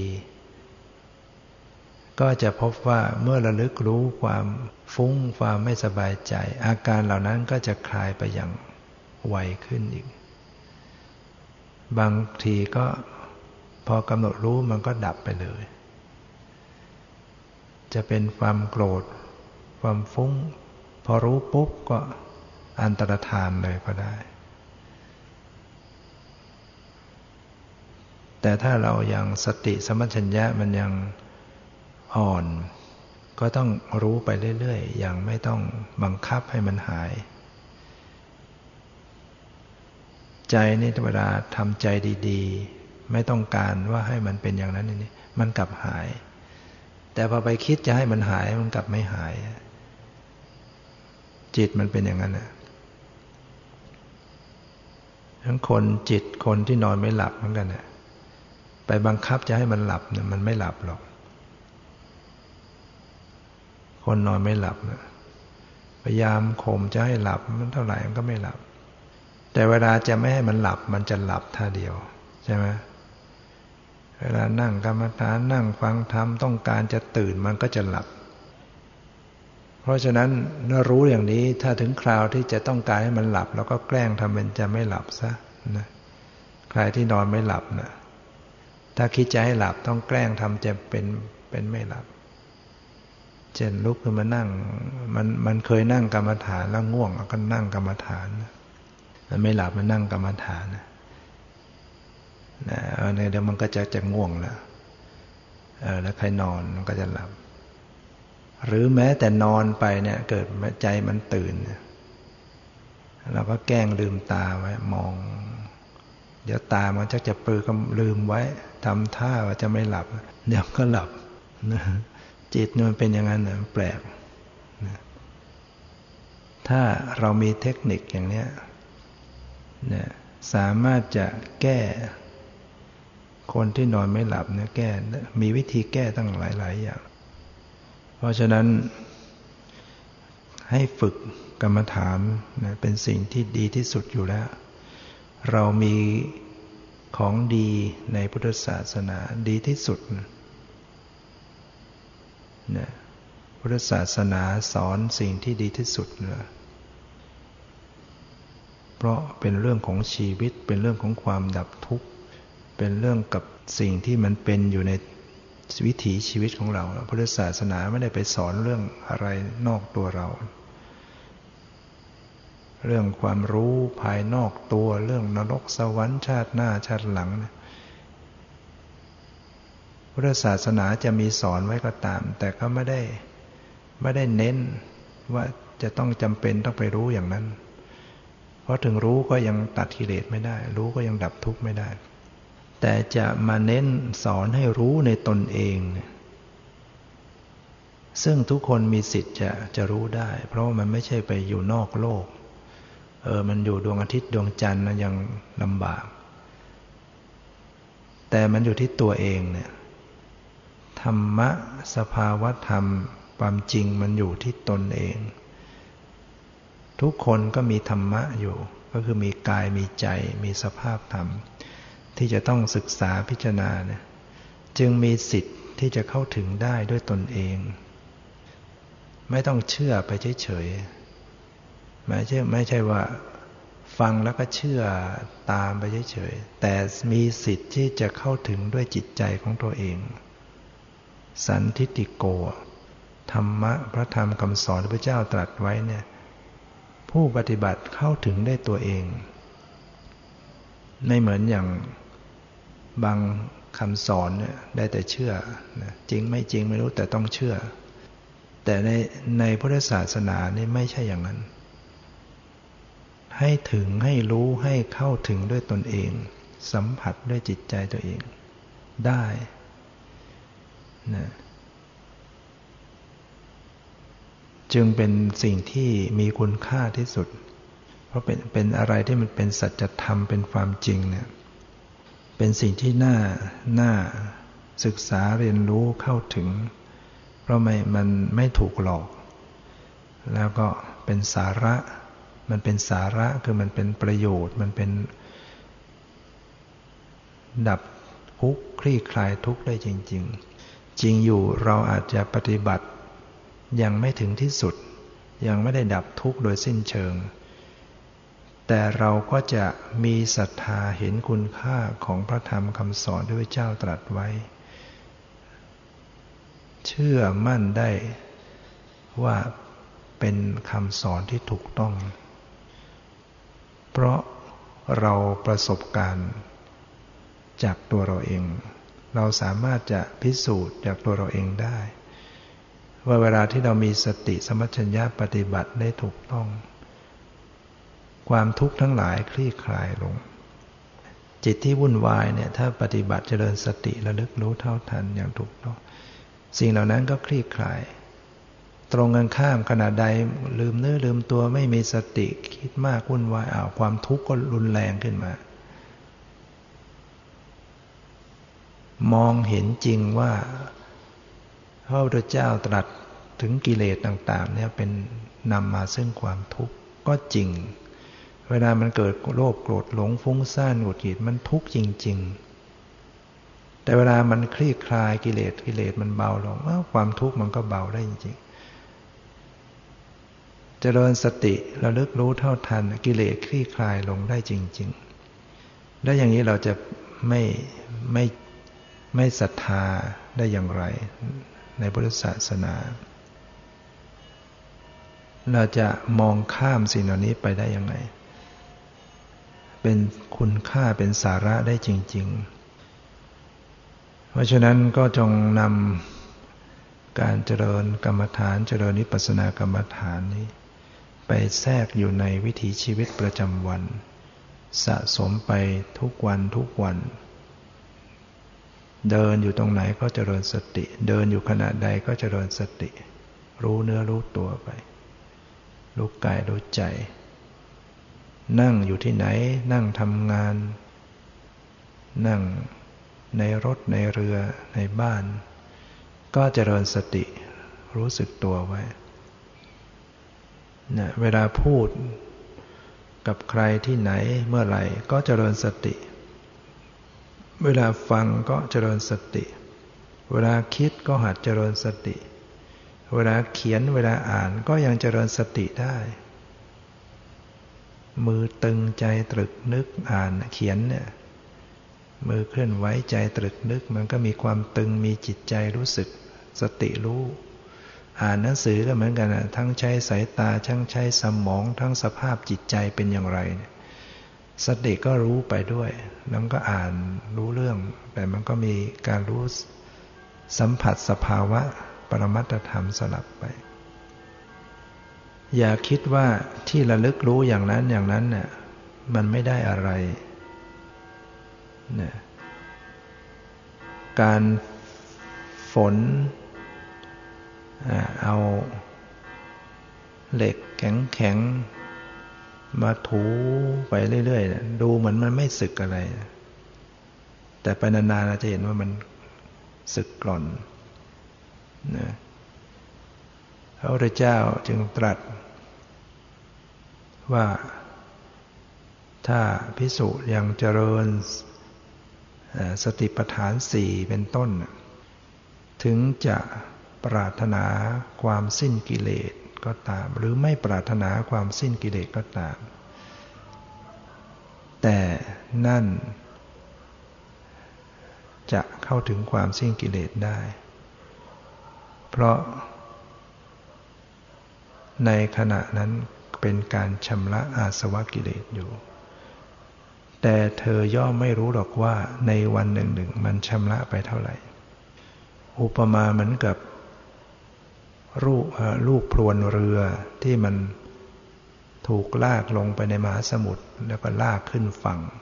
ก็จะพบว่าเมื่อระลึกรู้ความฟุ้งความไม่สบายใจอาการเหล่านั้นก็จะคลายไปอย่างไวขึ้นอีกบางทีก็พอกำหนดรู้มันก็ดับไปเลยจะเป็นความโกรธความฟุ้งพอรู้ปุ๊บก็อันตรธานเลยก็ได้แต่ถ้าเรายังสติสัมปชัญญะมันยังอ่อนก็ต้องรู้ไปเรื่อยๆอย่างไม่ต้องบังคับให้มันหายใจนี่เวลาทำใจดีๆไม่ต้องการว่าให้มันเป็นอย่างนั้นอย่างนี้มันกลับหายแต่พอไปคิดจะให้มันหายมันกลับไม่หายจิตมันเป็นอย่างนั้นนะทั้งคนจิตคนที่นอนไม่หลับเหมือนกันนะไปบังคับจะให้มันหลับเนี่ยมันไม่หลับหรอกคนนอนไม่หลับนะพยายามข่มจะให้หลับมันเท่าไหร่มันก็ไม่หลับแต่เวลาจะไม่ให้มันหลับมันจะหลับท่าเดียวใช่ไหมเวลานั่งกรรมฐานนั่งฟังธรรมต้องการจะตื่นมันก็จะหลับเพราะฉะนั้นถ้ารู้อย่างนี้ถ้าถึงคราวที่จะต้องการให้มันหลับเราก็แกล้งทำเป็นจะไม่หลับซะนะใครที่นอนไม่หลับนะถ้าคิดจะให้หลับต้องแกล้งทำจะเป็นเป็นไม่หลับเช่นลุกขึ้นมานั่งมันมันเคยนั่งกรรมฐานแล้วง่วงก็นั่งกรรมฐานมันไม่หลับมันนั่งกรรมฐานนะเนี่ยเดี๋ยวมันก็จะจะง่วงแล้วเออแล้วใครนอนมันก็จะหลับหรือแม้แต่นอนไปเนี่ยเกิดใจมันตื่นเราก็แกล้งลืมตาไว้มองเดี๋ยวตามันจะจะปลือก็ลืมไว้ทำท่าว่าจะไม่หลับเดี๋ยวก็หลับนะจิตมันเป็นอย่างนั้นนะแปลกนะถ้าเรามีเทคนิคอย่างนี้เนี่ยสามารถจะแก้คนที่นอนไม่หลับเนี่ยแก้มีวิธีแก้ตั้งหลายๆอย่างเพราะฉะนั้นให้ฝึกกรรมฐานนะเป็นสิ่งที่ดีที่สุดอยู่แล้วเรามีของดีในพุทธศาสนาดีที่สุดนะพุทธศาสนาสอนสิ่งที่ดีที่สุดนะเพราะเป็นเรื่องของชีวิตเป็นเรื่องของความดับทุกข์เป็นเรื่องกับสิ่งที่มันเป็นอยู่ในวิถีชีวิตของเราพุทธศาสนาไม่ได้ไปสอนเรื่องอะไรนอกตัวเราเรื่องความรู้ภายนอกตัวเรื่องนรกสวรรค์ชาติหน้าชาติหลังพุทธศาสนาจะมีสอนไว้ก็ตามแต่ก็ไม่ได้ไม่ได้เน้นว่าจะต้องจำเป็นต้องไปรู้อย่างนั้นเพราะถึงรู้ก็ยังตัดกิเลสไม่ได้รู้ก็ยังดับทุกข์ไม่ได้แต่จะมาเน้นสอนให้รู้ในตนเองซึ่งทุกคนมีสิทธิ์จะจะรู้ได้เพราะมันไม่ใช่ไปอยู่นอกโลกเออมันอยู่ดวงอาทิตย์ดวงจันทร์นะยังลำบากแต่มันอยู่ที่ตัวเองเนี่ยธรรมะสภาวะธรรมความจริงมันอยู่ที่ตนเองทุกคนก็มีธรรมะอยู่ก็คือมีกายมีใจมีสภาพธรรมที่จะต้องศึกษาพิจารณาเนี่ยจึงมีสิทธิ์ที่จะเข้าถึงได้ด้วยตนเองไม่ต้องเชื่อไปเฉยๆไม่ใช่ไม่ใช่ว่าฟังแล้วก็เชื่อตามไปเฉยๆแต่มีสิทธิ์ที่จะเข้าถึงด้วยจิตใจของตัวเองสันทิฏฐิโกธรรมะพระธรรมคำสอนที่พระเจ้าตรัสไว้เนี่ยผู้ปฏิบัติเข้าถึงได้ตัวเองไม่เหมือนอย่างบางคำสอนเนี่ยได้แต่เชื่อนะจริงไม่จริงไม่รู้แต่ต้องเชื่อแต่ในในพุทธศาสนานี่ไม่ใช่อย่างนั้นให้ถึงให้รู้ให้เข้าถึงด้วยตนเองสัมผัสด้วยจิตใจตัวเองได้นะจึงเป็นสิ่งที่มีคุณค่าที่สุดเพราะเป็นเป็นอะไรที่มันเป็นสัจธรรมเป็นความจริงเนี่ยเป็นสิ่งที่น่าน่าศึกษาเรียนรู้เข้าถึงเพราะไม่มันไม่ถูกหลอกแล้วก็เป็นสาระมันเป็นสาระคือมันเป็นประโยชน์มันเป็นดับทุกข์คลี่คลายทุกข์ได้จริงๆจริงอยู่เราอาจจะปฏิบัติยังไม่ถึงที่สุดยังไม่ได้ดับทุกข์โดยสิ้นเชิงแต่เราก็จะมีศรัทธาเห็นคุณค่าของพระธรรมคำสอนที่พระเจ้าตรัสไว้เชื่อมั่นได้ว่าเป็นคำสอนที่ถูกต้องเพราะเราประสบการณ์จากตัวเราเองเราสามารถจะพิสูจน์จากตัวเราเองได้ว่าเวลาที่เรามีสติสัมปชัญญะปฏิบัติได้ถูกต้องความทุกข์ทั้งหลายคลี่คลายลงจิตที่วุ่นวายเนี่ยถ้าปฏิบัติเจริญสติระลึกรู้เท่าทันอย่างถูกต้องสิ่งเหล่านั้นก็คลี่คลายตรงกันข้ามขณะใดลืมเนื้อลืมตัวไม่มีสติคิดมากวุ่นวายอ้าวความทุกข์ก็รุนแรงขึ้นมามองเห็นจริงว่าพระพุทธเจ้าตรัสถึงกิเลสต่างๆเนี่ยเป็นนำมาซึ่งความทุกข์ก็จริงเวลามันเกิดโลภโกรธหลงฟุ้งซ่านหงุดหงิดมันทุกข์จริงๆแต่เวลามันคลี่คลายกิเลสกิเลสมันเบาลงความทุกข์มันก็เบาได้จริงๆเจริญสติระลึกรู้เท่าทันกิเลสคลี่คลายลงได้จริงๆแล้วอย่างนี้เราจะไม่ไม่ไม่ศรัทธาได้อย่างไรในพุทธศาสนาเราจะมองข้ามสิ่งเหล่านี้ไปได้ยังไงเป็นคุณค่าเป็นสาระได้จริงๆเพราะฉะนั้นก็จงนำการเจริญกรรมฐานเจริญวิปัสสนากรรมฐานนี้ไปแทรกอยู่ในวิถีชีวิตประจำวันสะสมไปทุกวันทุกวันเดินอยู่ตรงไหนก็เจริญสติเดินอยู่ขณะใดก็เจริญสติรู้เนื้อรู้ตัวไปรู้กายรู้ใจนั่งอยู่ที่ไหนนั่งทำงานนั่งในรถในเรือในบ้านก็เจริญสติรู้สึกตัวไว้เนี่ยเวลาพูดกับใครที่ไหนเมื่อไหร่ก็เจริญสติเวลาฟังก็เจริญสติเวลาคิดก็หัดเจริญสติเวลาเขียนเวลาอ่านก็ยังเจริญสติได้มือตึงใจตรึกนึกอ่านเขียนเนี่ยมือเคลื่อนไหวใจตรึกนึกมันก็มีความตึงมีจิตใจรู้สึกสติรู้อ่านหนังสือก็เหมือนกันนะทั้งใช้สายตาทั้งใช้สมองทั้งสภาพจิตใจเป็นอย่างไรสติก็รู้ไปด้วยแล้วก็อ่านรู้เรื่องแต่มันก็มีการรู้สัมผัสสภาวะปรมัตถธรรมสลับไปอย่าคิดว่าที่ระลึกรู้อย่างนั้นอย่างนั้นเนี่ยมันไม่ได้อะไรเนี่ยการฝนเอาเหล็กแข็งๆมาถูไปเรื่อยๆดูเหมือนมันไม่สึกอะไรแต่ไปนานๆเราจะเห็นว่ามันสึกกร่อนนะพระพุทธเจ้าจึงตรัสว่าถ้าภิกษุยังเจริญสติปัฏฐานสี่เป็นต้นถึงจะปรารถนาความสิ้นกิเลสก็ตามหรือไม่ปรารถนาความสิ้นกิเลสก็ตามแต่นั่นจะเข้าถึงความสิ้นกิเลสได้เพราะในขณะนั้นเป็นการชำระอาสวะกิเลสอยู่แต่เธอย่อมไม่รู้หรอกว่าในวันหนึ่งหนึ่งมันชำระไปเท่าไหร่อุปมาเหมือนกับลูกลูกพรวนเรือที่มันถูกลากลงไปในมหาสมุทรแล้วก็ลากขึ้นฝั่ง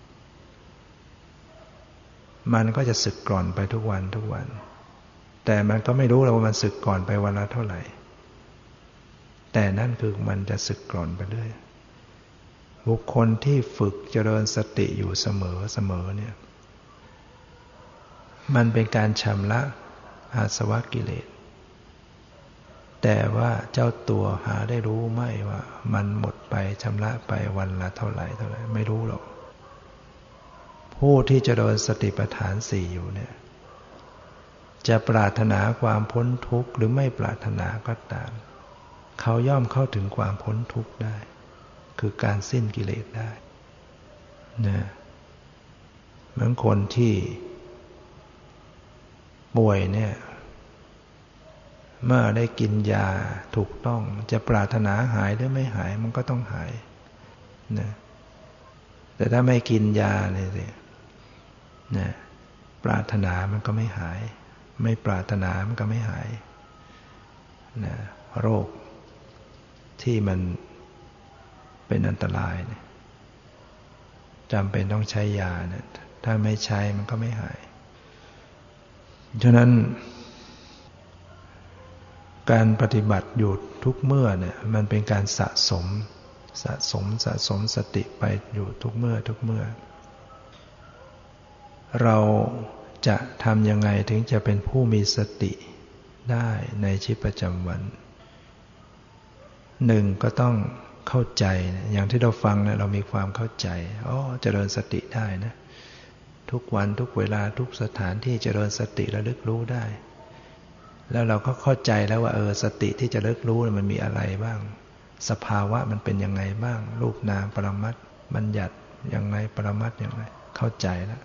มันก็จะสึกกร่อนไปทุกวันทุกวันแต่มันก็ไม่รู้หรอกว่ามันสึกก่อนไปวันละเท่าไหร่แต่นั่นคือมันจะสึกกร่อนไปเรื่อยบุคคลที่ฝึกเจริญสติอยู่เสมอเสมอเนี่ยมันเป็นการชำระอาสวะกิเลสแต่ว่าเจ้าตัวหาได้รู้ไหมว่ามันหมดไปชำระไปวันละเท่าไหร่เท่าไหร่ไม่รู้หรอกผู้ที่เจริญสติปัฏฐานสี่อยู่เนี่ยจะปรารถนาความพ้นทุกข์หรือไม่ปรารถนาก็ตามเขาย่อมเข้าถึงความพ้นทุกข์ได้คือการสิ้นกิเลสได้นะเหมือนคนที่ป่วยเนี่ยเมื่อได้กินยาถูกต้องจะปรารถนาหายหรือไม่หายมันก็ต้องหายนะแต่ถ้าไม่กินยาเนี่ยสินะปรารถนามันก็ไม่หายไม่ปรารถนามันก็ไม่หายนะโรคที่มันเป็นอันตรายเนี่ยจำเป็นต้องใช้ยาเนี่ยถ้าไม่ใช้มันก็ไม่หายฉะนั้นการปฏิบัติอยู่ทุกเมื่อเนี่ยมันเป็นการสะสมสะสมสะสมสติไปอยู่ทุกเมื่อทุกเมื่อเราจะทำยังไงถึงจะเป็นผู้มีสติได้ในชีวิตประจำวันหนึ่งก็ต้องเข้าใจอย่างที่เราฟังเนี่ยเรามีความเข้าใจอ๋อเจริญสติได้นะทุกวันทุกเวลาทุกสถานที่เจริญสติระลึกรู้ได้แล้วเราก็เข้าใจแล้วว่าเออสติที่จะระลึกรู้มันมีอะไรบ้างสภาวะมันเป็นยังไงบ้างรูปนามปรมัตถ์บัญญัติยังไงปรมัตถ์ยังไงเข้าใจแล้ว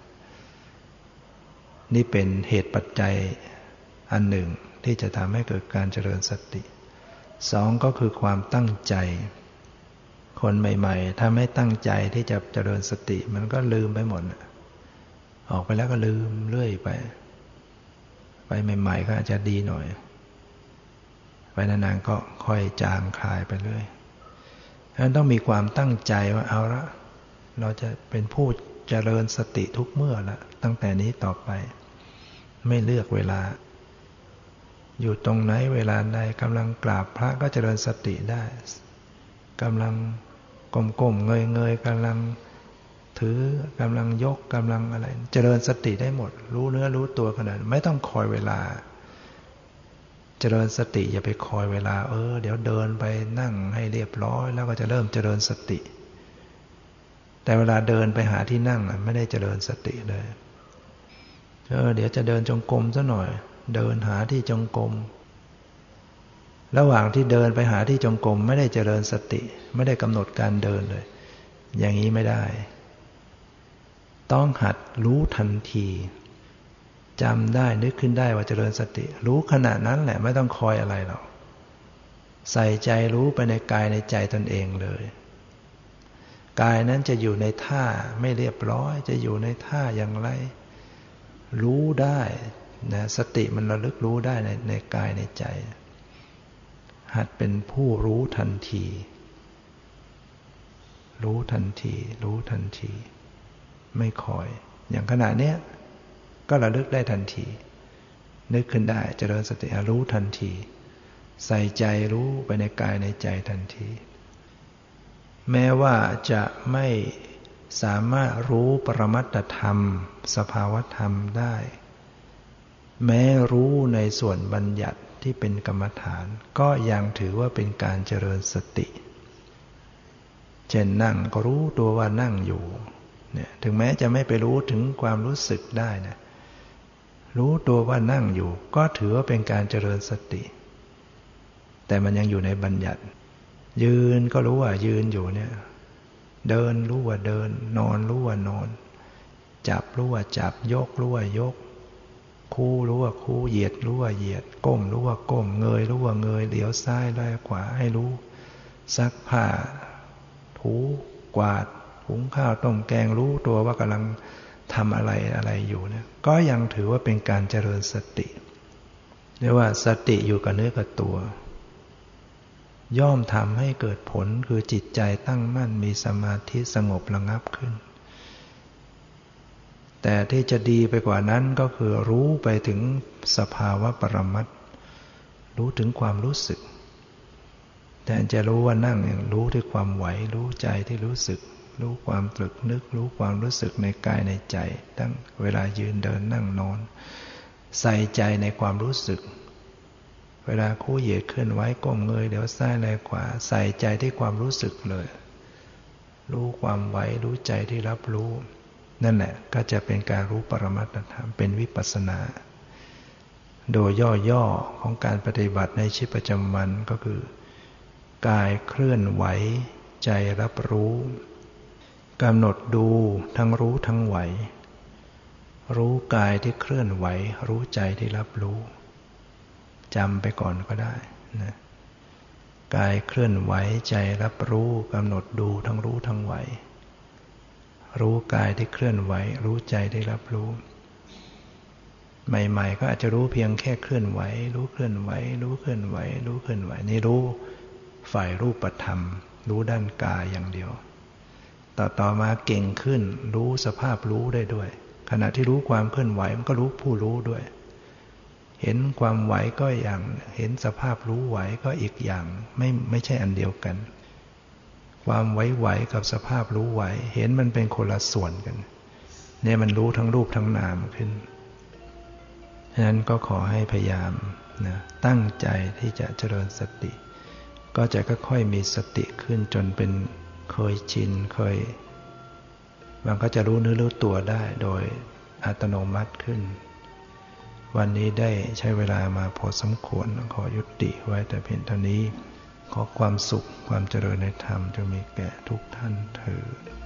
นี่เป็นเหตุปัจจัยอันหนึ่งที่จะทำให้เกิดการเจริญสติสองก็คือความตั้งใจคนใหม่ๆถ้าไม่ตั้งใจที่จะเจริญสติมันก็ลืมไปหมดออกไปแล้วก็ลืมเรื่อยไปไปใหม่ๆก็อาจจะดีหน่อยไปนานๆก็ค่อยจางคลายไปเรื่อยฉะนั้นต้องมีความตั้งใจว่าเอาละเราจะเป็นผู้เจริญสติทุกเมื่อละตั้งแต่นี้ต่อไปไม่เลือกเวลาอยู่ตรงไหนเวลาใดกำลังกราบพระก็เจริญสติได้กำลังก้มๆเงยๆกำลังถือกำลังยกกำลังอะไรเจริญสติได้หมดรู้เนื้อรู้ตัวขนาดไม่ต้องคอยเวลาเจริญสติอย่าไปคอยเวลาเออเดี๋ยวเดินไปนั่งให้เรียบร้อยแล้วก็จะเริ่มเจริญสติแต่เวลาเดินไปหาที่นั่งไม่ได้เจริญสติเลยเออเดี๋ยวจะเดินจงกรมซะหน่อยเดินหาที่จงกรมระหว่างที่เดินไปหาที่จงกรมไม่ได้เจริญสติไม่ได้กำหนดการเดินเลยอย่างนี้ไม่ได้ต้องหัดรู้ทันทีจำได้นึกขึ้นได้ว่าเจริญสติรู้ขณะนั้นแหละไม่ต้องคอยอะไรหรอกใส่ใจรู้ไปในกายในใจตนเองเลยกายนั้นจะอยู่ในท่าไม่เรียบร้อยจะอยู่ในท่าอย่างไรรู้ได้นะสติมันระลึกรู้ได้ในในกายในใจหัดเป็นผู้รู้ทันทีรู้ทันทีรู้ทันทีไม่คอยอย่างขณะเนี้ยก็ระลึกได้ทันทีนึกขึ้นได้เจริญสติรู้ทันทีใส่ใจรู้ไปในกายในใจทันทีแม้ว่าจะไม่สามารถรู้ปรมัตถธรรมสภาวธรรมได้แม้รู้ในส่วนบัญญัติที่เป็นกรรมฐานก็ยังถือว่าเป็นการเจริญสติเช่นนั่งก็รู้ตัวว่านั่งอยู่เนี่ยถึงแม้จะไม่ไปรู้ถึงความรู้สึกได้นะรู้ตัวว่านั่งอยู่ก็ถือว่าเป็นการเจริญสติแต่มันยังอยู่ในบัญญัติยืนก็รู้ว่ายืนอยู่เนี่ยเดินรู้ว่าเดินนอนรู้ว่านอนจับรู้ว่าจับยกรู้ว่ายกคู่รู้ว่าคู่เหยียดรู้ว่าเหยียดก้มรู้ว่าก้มเงยรู้ว่าเงยเหลียวซ้ายแลขวาให้รู้ซักผ้าถูกวาดหุงข้าวต้มแกงรู้ตัวว่ากำลังทำอะไรอะไรอยู่เนี่ยก็ยังถือว่าเป็นการเจริญสติเรียกว่าสติอยู่กับเนื้อกับตัวย่อมทำให้เกิดผลคือจิตใจตั้งมั่นมีสมาธิสงบระงับขึ้นแต่ที่จะดีไปกว่านั้นก็คือรู้ไปถึงสภาวะปรมัตถ์รู้ถึงความรู้สึกแต่จะรู้ว่านั่งอย่างรู้ที่ความไหวรู้ใจที่รู้สึกรู้ความตรึกนึกรู้ความรู้สึกในกายในใจตั้งเวลายืนเดินนั่งนอนใส่ใจในความรู้สึกเวลาคู่เหยียดเคลื่อนไหวก้มเงยเดี๋ยวซ้ายแลขวาใส่ใจที่ความรู้สึกเลยรู้ความไหวรู้ใจที่รับรู้นั่นแหละก็จะเป็นการรู้ปรมัตถธรรมเป็นวิปัสสนาโดยย่อๆของการปฏิบัติในชีวิตประจำวันก็คือกายเคลื่อนไหวใจรับรู้กำหนดดูทั้งรู้ทั้งไหวรู้กายที่เคลื่อนไหวรู้ใจที่รับรู้จำไปก่อนก็ได้นะกายเคลื่อนไหวใจรับรู้กำหนดดูทั้งรู้ทั้งไหวรู้กายที่เคลื่อนไหวรู้ใจที่รับรู้ใหม่ๆก็อาจจะรู้เพียงแค่เคลื่อนไหวรู้เคลื่อนไหวรู้เคลื่อนไหวรู้เคลื่อนไหวนี่รู้ฝ่ายรูปธรรมรู้ด้านกายอย่างเดียวต่อต่อมาเก่งขึ้นรู้สภาพรู้ได้ด้วยขณะที่รู้ความเคลื่อนไหวมันก็รู้ผู้รู้ด้วยเห็นความไหวก็อย่างเห็นสภาพรู้ไหวก็อีกอย่างไม่ไม่ใช่อันเดียวกันความไหวๆกับสภาพรู้ไหวเห็นมันเป็นคนละส่วนกันเนี่ยมันรู้ทั้งรูปทั้งนามขึ้นฉะนั้นก็ขอให้พยายามนะตั้งใจที่จะเจริญสติก็จะค่อยๆมีสติขึ้นจนเป็นเคยชินเคยมันก็จะรู้เนื้อรู้ตัวได้โดยอัตโนมัติขึ้นวันนี้ได้ใช้เวลามาพอสมควรขอยุติไว้แต่เพียงเท่านี้ขอความสุขความเจริญในธรรมจงมีแก่ทุกท่านเถิด